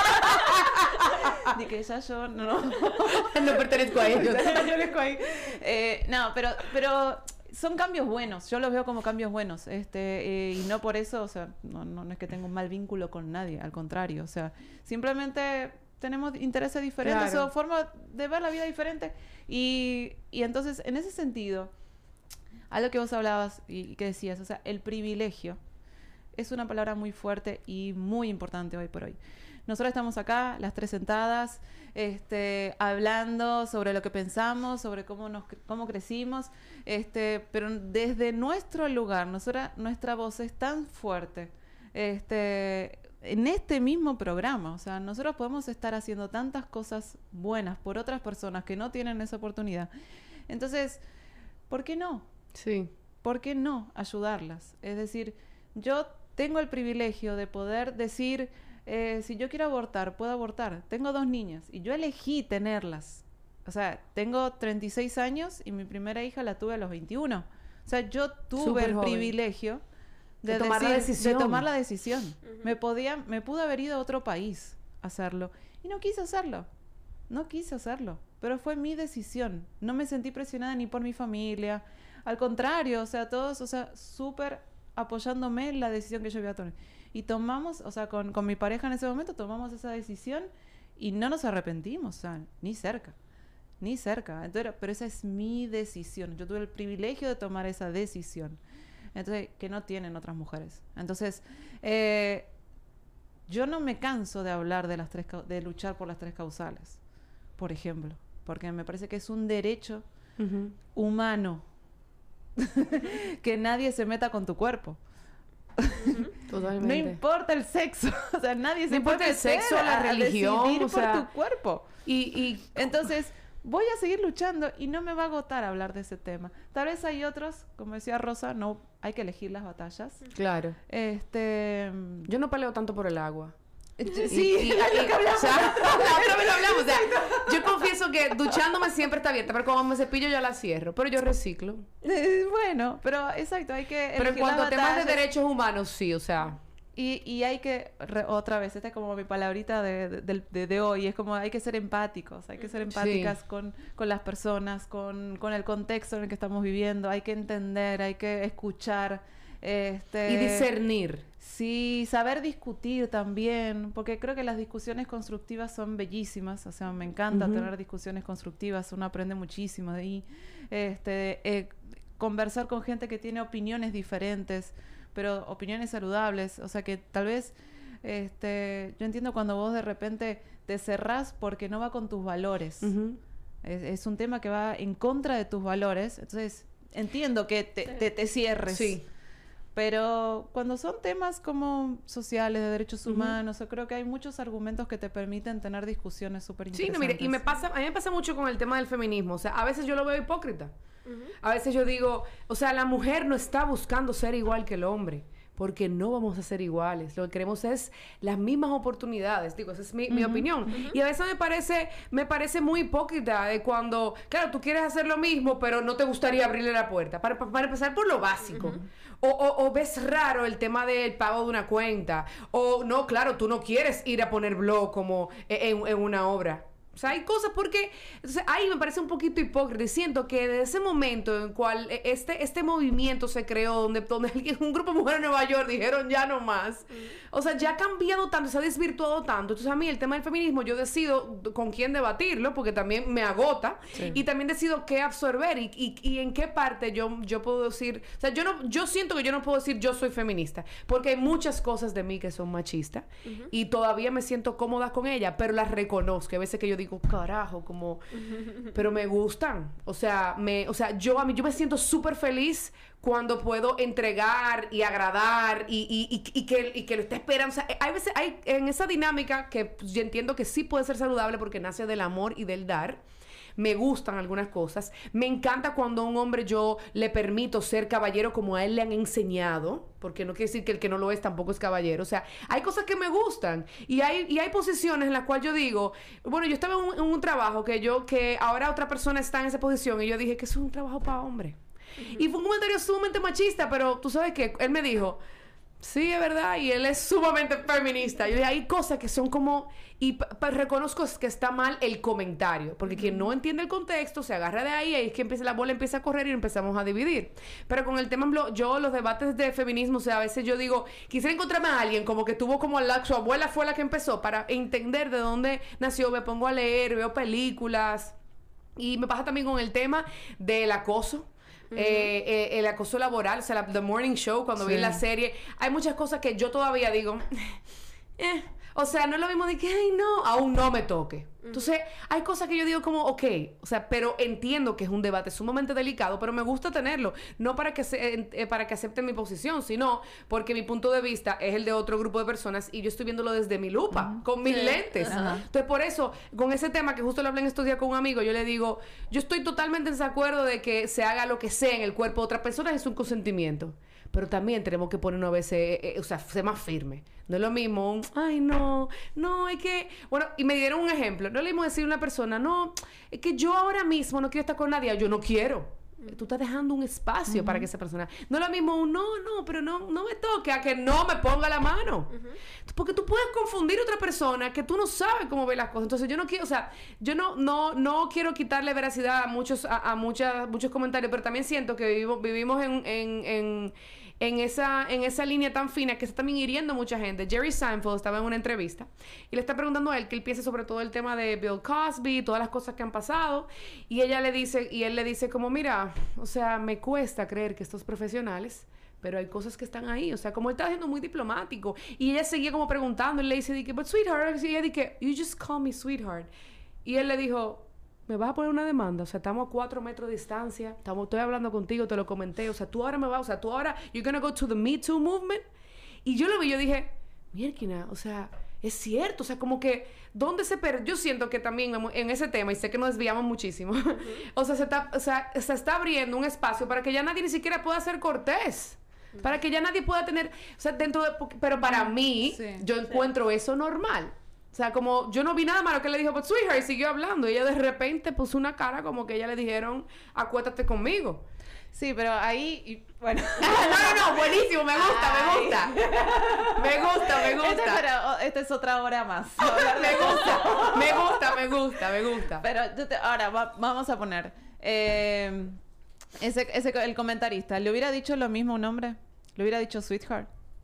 Ni que ya yo no, No pertenezco a ellos. yo les coí. Eh, no, pero, pero son cambios buenos. Yo los veo como cambios buenos. Este, eh, y no por eso, o sea, no, no, no es que tenga un mal vínculo con nadie, al contrario. O sea, simplemente tenemos intereses diferentes Claro. o formas de ver la vida diferente. Y, y entonces, en ese sentido, algo que vos hablabas y, y que decías, o sea, el privilegio es una palabra muy fuerte y muy importante hoy por hoy. Nosotros estamos acá, las tres sentadas, este, hablando sobre lo que pensamos, sobre cómo nos cómo crecimos, este, pero desde nuestro lugar, nosotras, nuestra voz es tan fuerte, este, en este mismo programa. O sea, nosotros podemos estar haciendo tantas cosas buenas por otras personas que no tienen esa oportunidad. Entonces, ¿por qué no? Sí. ¿Por qué no ayudarlas? Es decir, yo tengo el privilegio de poder decir, eh, si yo quiero abortar, puedo abortar. Tengo dos niñas y yo elegí tenerlas. O sea, tengo treinta y seis años y mi primera hija la tuve a los veintiuno. O sea, yo tuve Súper el joven. privilegio de, De tomar la decir- decisión. de tomar la decisión. Ujú. Me podía, me pude haber ido a otro país a hacerlo y no quise hacerlo. No quise hacerlo, pero fue mi decisión. No me sentí presionada ni por mi familia. Al contrario, o sea, todos, o sea, súper apoyándome en la decisión que yo iba a tomar. Y tomamos, o sea, con, con mi pareja en ese momento, tomamos esa decisión y no nos arrepentimos, o sea, ni cerca, ni cerca. Entonces, pero esa es mi decisión. Yo tuve el privilegio de tomar esa decisión. Entonces, que no tienen otras mujeres. Entonces, eh, yo no me canso de hablar de las tres, cau- de luchar por las tres causales, por ejemplo, porque me parece que es un derecho Ujú. humano que nadie se meta con tu cuerpo. No Totalmente. importa el sexo, o sea, nadie se No importa puede el sexo, meter la a- a religión, decidir o por sea, tu cuerpo. Y, y Entonces, voy a seguir luchando y no me va a agotar hablar de ese tema. Tal vez hay otros, como decía Rosa, no hay que elegir las batallas. claro. Este, Yo no peleo tanto por el agua. sí, Y- y- y- o sea, la otra vez lo hablamos. O sea, yo confieso que duchándome siempre está abierta, pero cuando me cepillo ya la cierro. Pero yo reciclo. eh, bueno, pero exacto, hay que Pero en elegir las cuanto a temas de batallas. derechos humanos, sí, o sea. Y, y hay que, re- otra vez, esta es como mi palabrita de, de, del- de- de hoy, es como hay que ser empáticos, hay que ser empáticas con, con las personas, con, con el contexto en el que estamos viviendo, hay que entender, hay que escuchar. Este, Y discernir. Sí, saber discutir también, porque creo que las discusiones constructivas son bellísimas, o sea, me encanta Ujú. tener discusiones constructivas, uno aprende muchísimo de ahí. Este, eh, conversar con gente que tiene opiniones diferentes, pero opiniones saludables, o sea que tal vez, este, yo entiendo cuando vos de repente te cerrás porque no va con tus valores, Ujú. es, es un tema que va en contra de tus valores, entonces entiendo que te, Sí. te, te cierres. Sí. Pero cuando son temas como sociales, de derechos humanos, uh-huh. yo creo que hay muchos argumentos que te permiten tener discusiones súper interesantes. Sí, no, mire, y me pasa, a mí me pasa mucho con el tema del feminismo. O sea, a veces yo lo veo hipócrita. Uh-huh. A veces yo digo, o sea, la mujer no está buscando ser igual que el hombre. Porque no vamos a ser iguales. Lo que queremos es las mismas oportunidades. Digo, esa es mi, uh-huh. mi opinión. Uh-huh. Y a veces me parece, me parece muy hipócrita de cuando, claro, tú quieres hacer lo mismo, pero no te gustaría abrirle la puerta. Para, para empezar por lo básico. Uh-huh. O, o, o ves raro el tema del pago de una cuenta. O no, claro, tú no quieres ir a poner blog como en, en una obra. O sea, hay cosas porque... Entonces, ahí me parece un poquito hipócrita. Y siento que desde ese momento en el cual este, este movimiento se creó, donde, donde un grupo de mujeres en Nueva York dijeron ya no más. Mm. O sea, ya ha cambiado tanto, se ha desvirtuado tanto. Entonces, a mí el tema del feminismo, yo decido con quién debatirlo, porque también me agota. Sí. Y también decido qué absorber y, y, y en qué parte yo, yo puedo decir... O sea, yo, no, yo siento que yo no puedo decir yo soy feminista. Porque hay muchas cosas de mí que son machistas. Uh-huh. Y todavía me siento cómoda con ellas, pero las reconozco. A veces que yo digo, carajo, como, pero me gustan, o sea, me, o sea, yo a mí, yo me siento súper feliz cuando puedo entregar y agradar y, y, y, y que, y que lo esté esperando, o sea, hay veces, hay en esa dinámica que pues, yo entiendo que sí puede ser saludable porque nace del amor y del dar. Me gustan algunas cosas. Me encanta cuando a un hombre yo le permito ser caballero como a él le han enseñado. Porque no quiere decir que el que no lo es tampoco es caballero. O sea, hay cosas que me gustan. Y hay, y hay posiciones en las cuales yo digo... Bueno, yo estaba en un, en un trabajo que yo... Que ahora otra persona está en esa posición. Y yo dije que es un trabajo para hombre. Uh-huh. Y fue un comentario sumamente machista. Pero tú sabes que él me dijo... Sí, es verdad, y él es sumamente feminista. Y hay cosas que son como... Y p- p- reconozco que está mal el comentario. Porque uh-huh. quien no entiende el contexto se agarra de ahí. Y es que empieza, la bola empieza a correr y empezamos a dividir. Pero con el tema... Yo, los debates de feminismo... O sea, a veces yo digo... Quisiera encontrarme a alguien como que tuvo como... La, su abuela fue la que empezó. Para entender de dónde nació. Me pongo a leer, veo películas. Y me pasa también con el tema del acoso. Uh-huh. eh, eh, el acoso laboral, o sea, la, The Morning Show, cuando sí. vi la serie, hay muchas cosas que yo todavía digo, eh, o sea, no es lo mismo de que, ay, no, aún no me toque. Uh-huh. Entonces, hay cosas que yo digo como, ok, o sea, pero entiendo que es un debate sumamente delicado, pero me gusta tenerlo, no para que, se, eh, para que acepten mi posición, sino porque mi punto de vista es el de otro grupo de personas y yo estoy viéndolo desde mi lupa, uh-huh. con mis sí. lentes. Uh-huh. Entonces, por eso, con ese tema que justo lo hablé en estos días con un amigo, yo le digo, yo estoy totalmente en desacuerdo de que se haga lo que sea en el cuerpo de otra persona, es un consentimiento. Pero también tenemos que ponernos a veces, eh, eh, o sea, ser más firme. No es lo mismo un, ay, no, no, es que... Bueno, y me dieron un ejemplo. No es lo mismo decir a una persona, no, es que yo ahora mismo no quiero estar con nadie. Yo no quiero. Tú estás dejando un espacio uh-huh. para que esa persona... No es lo mismo un, no, no, pero no, no me toque a que no me ponga la mano. Uh-huh. Porque tú puedes confundir a otra persona que tú no sabes cómo ve las cosas. Entonces yo no quiero, o sea, yo no, no, no quiero quitarle veracidad a muchos, a, a muchas, muchos comentarios, pero también siento que vivimos, vivimos en... en, en En esa, en esa línea tan fina que está también hiriendo a mucha gente. Jerry Seinfeld estaba en una entrevista y le está preguntando a él que él piense sobre todo el tema de Bill Cosby, todas las cosas que han pasado, y ella le dice, y él le dice como, mira, o sea, me cuesta creer que estos profesionales, pero hay cosas que están ahí, o sea, como él está siendo muy diplomático, y ella seguía como preguntando, y le dice, but sweetheart, y ella dice, you just call me sweetheart, y él le dijo, me vas a poner una demanda, o sea, estamos a cuatro metros de distancia, estamos, estoy hablando contigo, te lo comenté, o sea, tú ahora me vas, o sea, tú ahora, you're gonna go to the Me Too movement, y yo lo vi, yo dije, mierda, o sea, es cierto, o sea, como que, ¿dónde se perdió? Yo siento que también en ese tema, y sé que nos desviamos muchísimo, uh-huh. o sea, se está, o sea, se está abriendo un espacio para que ya nadie ni siquiera pueda ser cortés, uh-huh. para que ya nadie pueda tener, o sea, dentro de, pero para mí, sí, yo encuentro sí. eso normal. O sea, como yo no vi nada malo que le dijo, but sweetheart, y siguió hablando. Y ella de repente puso una cara como que ella le dijeron, acuéstate conmigo. Sí, pero ahí, y, bueno. no, no, no, buenísimo, me gusta, Ay. me gusta. Me gusta, me gusta. Esta, pero, esta es otra hora más. me gusta, me gusta, me gusta, me gusta. Pero yo te, ahora va, vamos a poner, eh, ese, ese, el comentarista, ¿le hubiera dicho lo mismo a un hombre? ¿Le hubiera dicho sweetheart?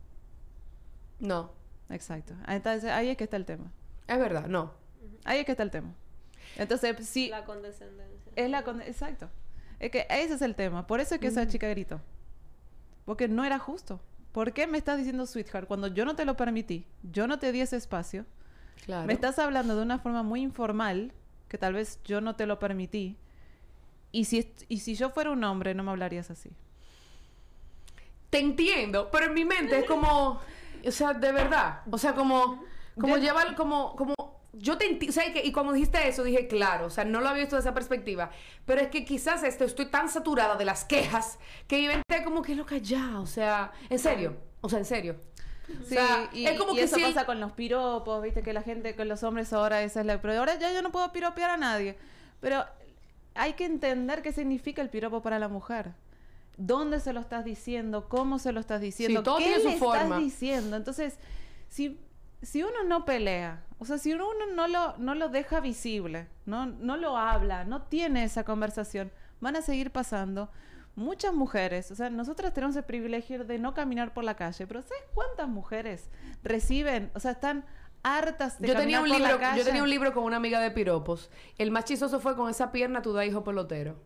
No. Exacto. Entonces, ahí es que está el tema. Es verdad, no. Ahí es que está el tema. Entonces, sí... La condescendencia. Es la con... Exacto. Es que ese es el tema. Por eso es que mm. esa chica gritó. Porque no era justo. ¿Por qué me estás diciendo sweetheart cuando yo no te lo permití? Yo no te di ese espacio. Claro. Me estás hablando de una forma muy informal que tal vez yo no te lo permití. Y si, y si yo fuera un hombre, no me hablarías así. te entiendo, pero en mi mente es como, o sea, de verdad, o sea, como, como llevar, como, como, yo te entiendo, o sea, que, y cuando dijiste eso, dije, claro, o sea, no lo había visto desde esa perspectiva, pero es que quizás esto, estoy tan saturada de las quejas, que mi mente como que loca ya, o sea, en serio, o sea, en serio. Sí, o sea, y, es como y que eso si pasa él... con los piropos, viste que la gente, con los hombres ahora esa es la... Pero ahora ya yo no puedo piropear a nadie. Pero hay que entender qué significa el piropo para la mujer. ¿Dónde se lo estás diciendo? ¿Cómo se lo estás diciendo? Sí, todo ¿Qué tiene su le forma. estás diciendo? Entonces, si, si uno no pelea, o sea, si uno no lo, no lo deja visible, no, no lo habla, no tiene esa conversación, van a seguir pasando... Muchas mujeres, o sea, nosotras tenemos el privilegio de no caminar por la calle, pero ¿sabes cuántas mujeres reciben, o sea, están hartas de yo caminar tenía un por libro, la calle? Yo tenía un libro con una amiga de piropos. El más chistoso fue con esa pierna tú da hijo pelotero.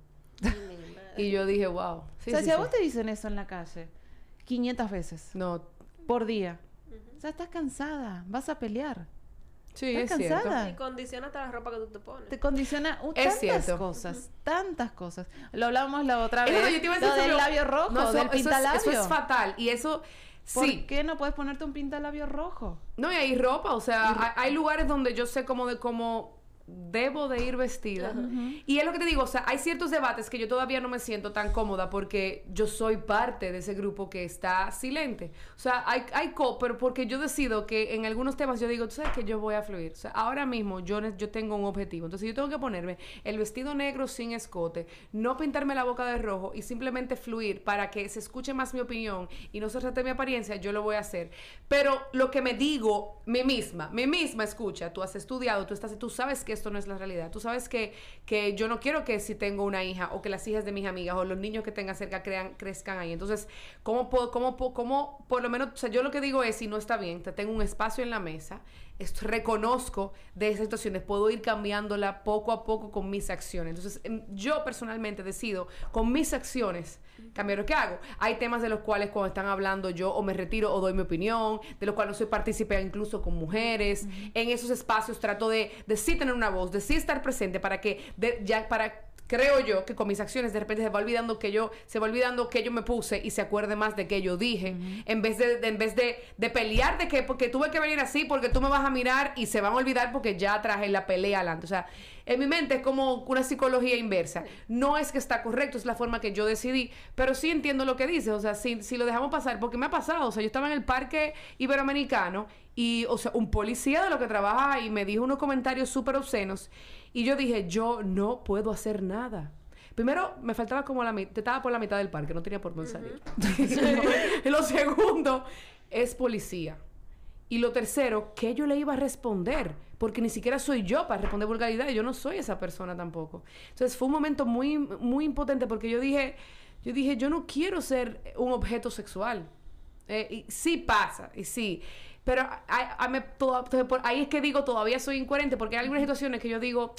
Y yo dije, wow. Sí, o sea, sí, si a sí. vos te dicen eso en la calle quinientas veces No. por día, o sea, estás cansada, vas a pelear. Sí, ¿Estás es cansada? Y condiciona hasta la ropa que tú te pones. Te condiciona uh, Es tantas cierto. cosas, tantas cosas. Lo hablábamos la otra Eso, vez, yo te iba a lo decir del sobre- labio rojo, No, eso, del eso es, pintalabio. eso es fatal. Y eso, ¿Por sí. qué no puedes ponerte un pintalabio rojo? No, y hay ropa, o sea, hay, hay lugares donde yo sé cómo de cómo debo de ir vestida. Uh-huh. Y es lo que te digo, o sea, hay ciertos debates que yo todavía no me siento tan cómoda porque yo soy parte de ese grupo que está silente. O sea, hay, hay co pero porque yo decido que en algunos temas yo digo, tú sabes que yo voy a fluir. O sea, ahora mismo yo, ne- yo tengo un objetivo. Entonces yo tengo que ponerme el vestido negro sin escote, no pintarme la boca de rojo y simplemente fluir para que se escuche más mi opinión y no se trate mi apariencia, yo lo voy a hacer. Pero lo que me digo, mi misma, mi misma escucha, tú has estudiado, tú estás, tú sabes que esto no es la realidad. Tú sabes que, que yo no quiero que si tengo una hija o que las hijas de mis amigas o los niños que tenga cerca crean, crezcan ahí. Entonces, ¿cómo puedo, cómo, puedo- cómo, por lo menos, o sea, yo lo que digo es, si no está bien, te tengo un espacio en la mesa, esto, reconozco de esas situaciones, puedo ir cambiándola poco a poco con mis acciones. Entonces, em, yo personalmente decido con mis acciones cambiar lo que hago. Hay temas de los cuales cuando están hablando yo o me retiro o doy mi opinión, de los cuales no soy partícipe incluso con mujeres. Uh-huh. En esos espacios trato de, de sí tener una voz, de sí estar presente para que, de, ya para... Creo yo que con mis acciones de repente se va olvidando que yo, se va olvidando que yo me puse y se acuerde más de que yo dije, uh-huh. en vez de, de en vez de, de pelear de que porque tuve que venir así, porque tú me vas a mirar y se van a olvidar porque ya traje la pelea adelante. O sea, en mi mente es como una psicología inversa. No es que está correcto, es la forma que yo decidí, pero sí entiendo lo que dices. O sea, si, si lo dejamos pasar, porque me ha pasado, o sea, yo estaba en el parque iberoamericano y, o sea, un policía de lo que trabaja ahí me dijo unos comentarios súper obscenos. Y yo dije, yo no puedo hacer nada. Primero, me faltaba como la mitad, estaba por la mitad del parque, no tenía por dónde salir. Uh-huh. Lo segundo, es policía. Y lo tercero, ¿qué yo le iba a responder? Porque ni siquiera soy yo para responder vulgaridades, yo no soy esa persona tampoco. Entonces fue un momento muy, muy impotente porque yo dije, yo dije, yo no quiero ser un objeto sexual. Eh, y sí pasa, y sí. Pero I, I, me, todo, por, ahí es que digo, todavía soy incoherente, porque hay algunas situaciones que yo digo,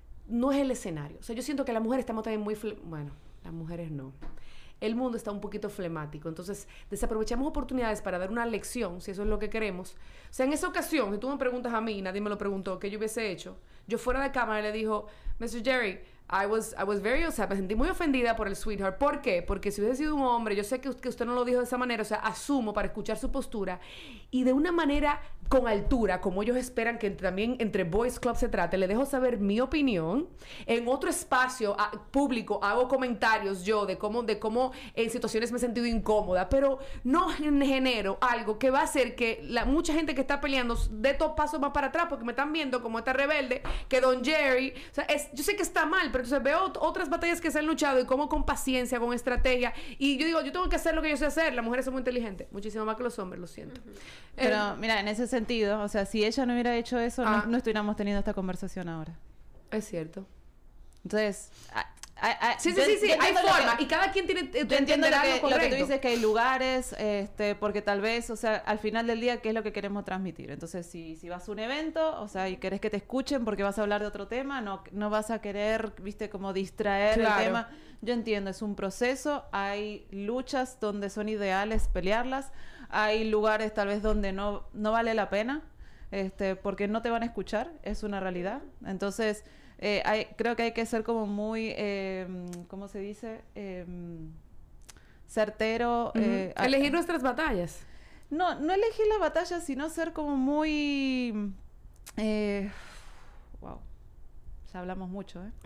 no es el escenario. O sea, yo siento que las mujeres estamos también muy... Bueno, las mujeres no. El mundo está un poquito flemático. Entonces, desaprovechamos oportunidades para dar una lección, si eso es lo que queremos. O sea, en esa ocasión, si tú me preguntas a mí, nadie me lo preguntó, ¿qué yo hubiese hecho? Yo fuera de cámara le dijo, mister Jerry, I was, I was very upset, me sentí muy ofendida por el sweetheart. ¿Por qué? Porque si hubiese sido un hombre, yo sé que, que usted no lo dijo de esa manera, o sea, asumo para escuchar su postura y de una manera con altura, como ellos esperan que entre, también entre boys club se trate, le dejo saber mi opinión. En otro espacio a, público hago comentarios yo de cómo, de cómo en situaciones me he sentido incómoda, pero no genero algo que va a hacer que la, mucha gente que está peleando dé dos pasos más para atrás porque me están viendo como esta rebelde que Don Jerry, o sea, es, yo sé que está mal, pero entonces veo otras batallas que se han luchado y como con paciencia, con estrategia, y yo digo, yo tengo que hacer lo que yo sé hacer. Las mujeres son muy inteligentes, muchísimo más que los hombres, lo siento. Uh-huh. Pero eh, mira, en ese sentido, o sea, si ella no hubiera hecho eso, ah, no, no estuviéramos teniendo esta conversación ahora. Es cierto. Entonces, I, I, sí, sí, sí, sí, hay forma y cada quien tiene yo entiendo lo que, lo que tú dices, que hay lugares, este, porque tal vez, o sea, al final del día, ¿qué es lo que queremos transmitir? Entonces, si, si vas a un evento, o sea, y querés que te escuchen porque vas a hablar de otro tema, no, no vas a querer, viste, como distraer claro. el tema. Yo entiendo, es un proceso, hay luchas donde son ideales pelearlas, hay lugares tal vez donde no, no vale la pena, este, porque no te van a escuchar, es una realidad. Entonces, Eh, hay, creo que hay que ser como muy, eh, ¿cómo se dice? Eh, certero. Uh-huh. eh, Elegir a... nuestras batallas. No, no elegir las batallas, sino ser como muy... Eh, wow. Ya hablamos mucho, ¿eh?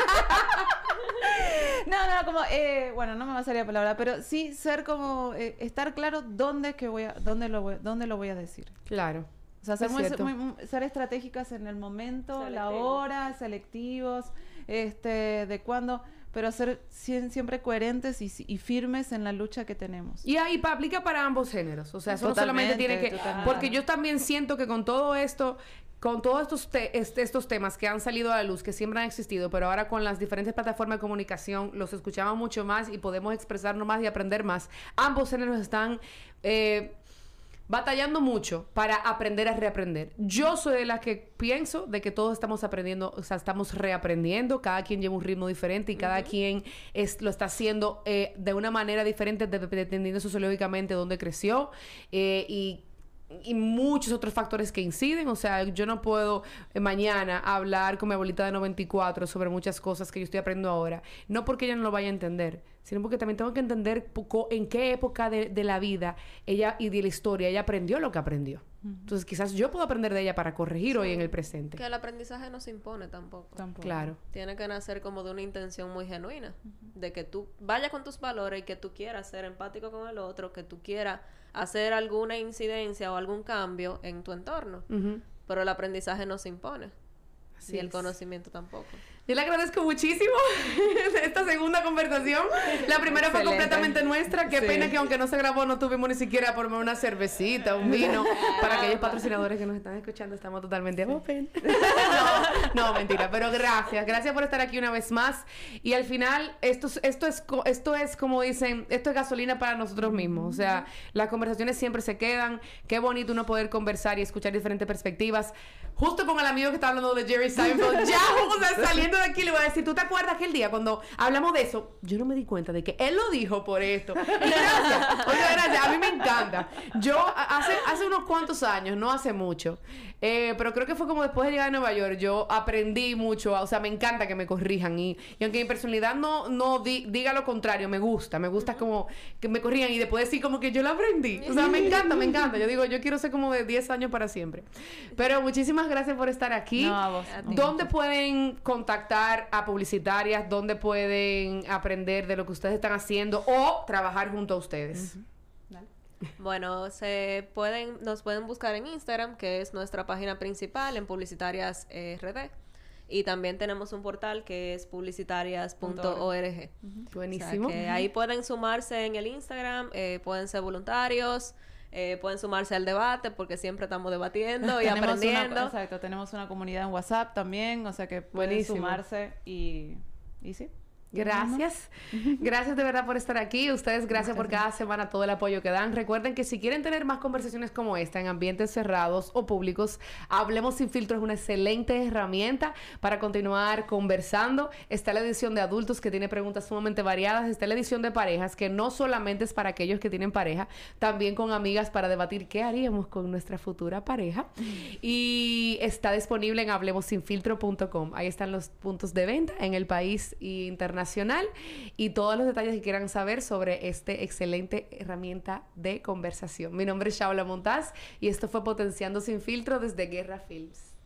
no, no, como... Eh, bueno, no me va a salir la palabra, pero sí ser como... Eh, estar claro dónde, que voy a, dónde, lo voy, dónde lo voy a decir. Claro. O sea, ser, muy, muy, muy, ser estratégicas en el momento, selectivos. La hora, selectivos, este, de cuándo... pero ser siempre coherentes y, y firmes en la lucha que tenemos. Y ahí aplica para ambos géneros. O sea, eso totalmente, no solamente tiene que... Totalmente. Porque yo también siento que con todo esto, con todos estos, te, este, estos temas que han salido a la luz, que siempre han existido, pero ahora con las diferentes plataformas de comunicación los escuchamos mucho más y podemos expresarnos más y aprender más. Ambos géneros están... Eh, batallando mucho para aprender a reaprender. Yo soy de las que pienso de que todos estamos aprendiendo, o sea, estamos reaprendiendo, cada quien lleva un ritmo diferente y cada uh-huh. quien es, lo está haciendo eh, de una manera diferente, dependiendo sociológicamente dónde creció eh, y y muchos otros factores que inciden. O sea, yo no puedo eh, mañana hablar con mi abuelita de noventa y cuatro sobre muchas cosas que yo estoy aprendiendo ahora. No porque ella no lo vaya a entender, sino porque también tengo que entender poco en qué época de, de la vida ella y de la historia ella aprendió lo que aprendió. Uh-huh. Entonces, quizás yo puedo aprender de ella para corregir sí. hoy en el presente. Que el aprendizaje no se impone tampoco. tampoco. Claro. Tiene que nacer como de una intención muy genuina. Uh-huh. De que tú vayas con tus valores y que tú quieras ser empático con el otro, que tú quieras hacer alguna incidencia o algún cambio en tu entorno. Uh-huh. Pero el aprendizaje no se impone. Así y es. El conocimiento tampoco. Yo le agradezco muchísimo esta segunda conversación. La primera Excelente. Fue completamente nuestra. Qué sí. pena que aunque no se grabó no tuvimos ni siquiera por una cervecita, un vino. Para aquellos patrocinadores que nos están escuchando, estamos totalmente sí. open. no, no, mentira. Pero gracias. Gracias por estar aquí una vez más. Y al final, esto, esto, es, esto es como dicen, esto es gasolina para nosotros mismos. O sea, las conversaciones siempre se quedan. Qué bonito uno poder conversar y escuchar diferentes perspectivas. Justo con el amigo que está hablando de Jerry Seinfeld, ya, o sea, saliendo de aquí le voy a decir, ¿tú te acuerdas aquel día cuando hablamos de eso? Yo no me di cuenta de que él lo dijo por esto. Y gracias, oye, gracias, a mí me encanta. Yo hace, hace unos cuantos años, no hace mucho, eh, pero creo que fue como después de llegar a Nueva York, yo aprendí mucho, o sea, me encanta que me corrijan y, y aunque mi personalidad no, no di, diga lo contrario, me gusta, me gusta como que me corrijan y después decir como que yo lo aprendí. O sea, me encanta, me encanta. Yo digo, yo quiero ser como de diez años para siempre. Pero muchísimas gracias por estar aquí. No, a vos. ¿Dónde pueden contactar a publicitarias? ¿Dónde pueden aprender de lo que ustedes están haciendo o trabajar junto a ustedes? Uh-huh. Dale. Bueno, se pueden, nos pueden buscar en Instagram, que es nuestra página principal, en Publicitarias eh, R D. Y también tenemos un portal que es publicitarias punto org. Uh-huh. Buenísimo. O sea, que ahí pueden sumarse en el Instagram, eh, pueden ser voluntarios. Eh, pueden sumarse al debate porque siempre estamos debatiendo y aprendiendo. Una, exacto, tenemos una comunidad en WhatsApp también, o sea que pueden Buenísimo. Sumarse y, y sí. Gracias. Gracias de verdad por estar aquí. Ustedes, gracias por cada semana todo el apoyo que dan. Recuerden que si quieren tener más conversaciones como esta en ambientes cerrados o públicos, Hablemos Sin Filtro es una excelente herramienta para continuar conversando. Está la edición de adultos que tiene preguntas sumamente variadas. Está la edición de parejas que no solamente es para aquellos que tienen pareja, también con amigas para debatir qué haríamos con nuestra futura pareja. Y está disponible en hablemos sin filtro punto com. Ahí están los puntos de venta en el país e internacional. Nacional y todos los detalles que quieran saber sobre esta excelente herramienta de conversación. Mi nombre es Shaula Montaz y esto fue Potenciando Sin Filtro desde Guerra Films.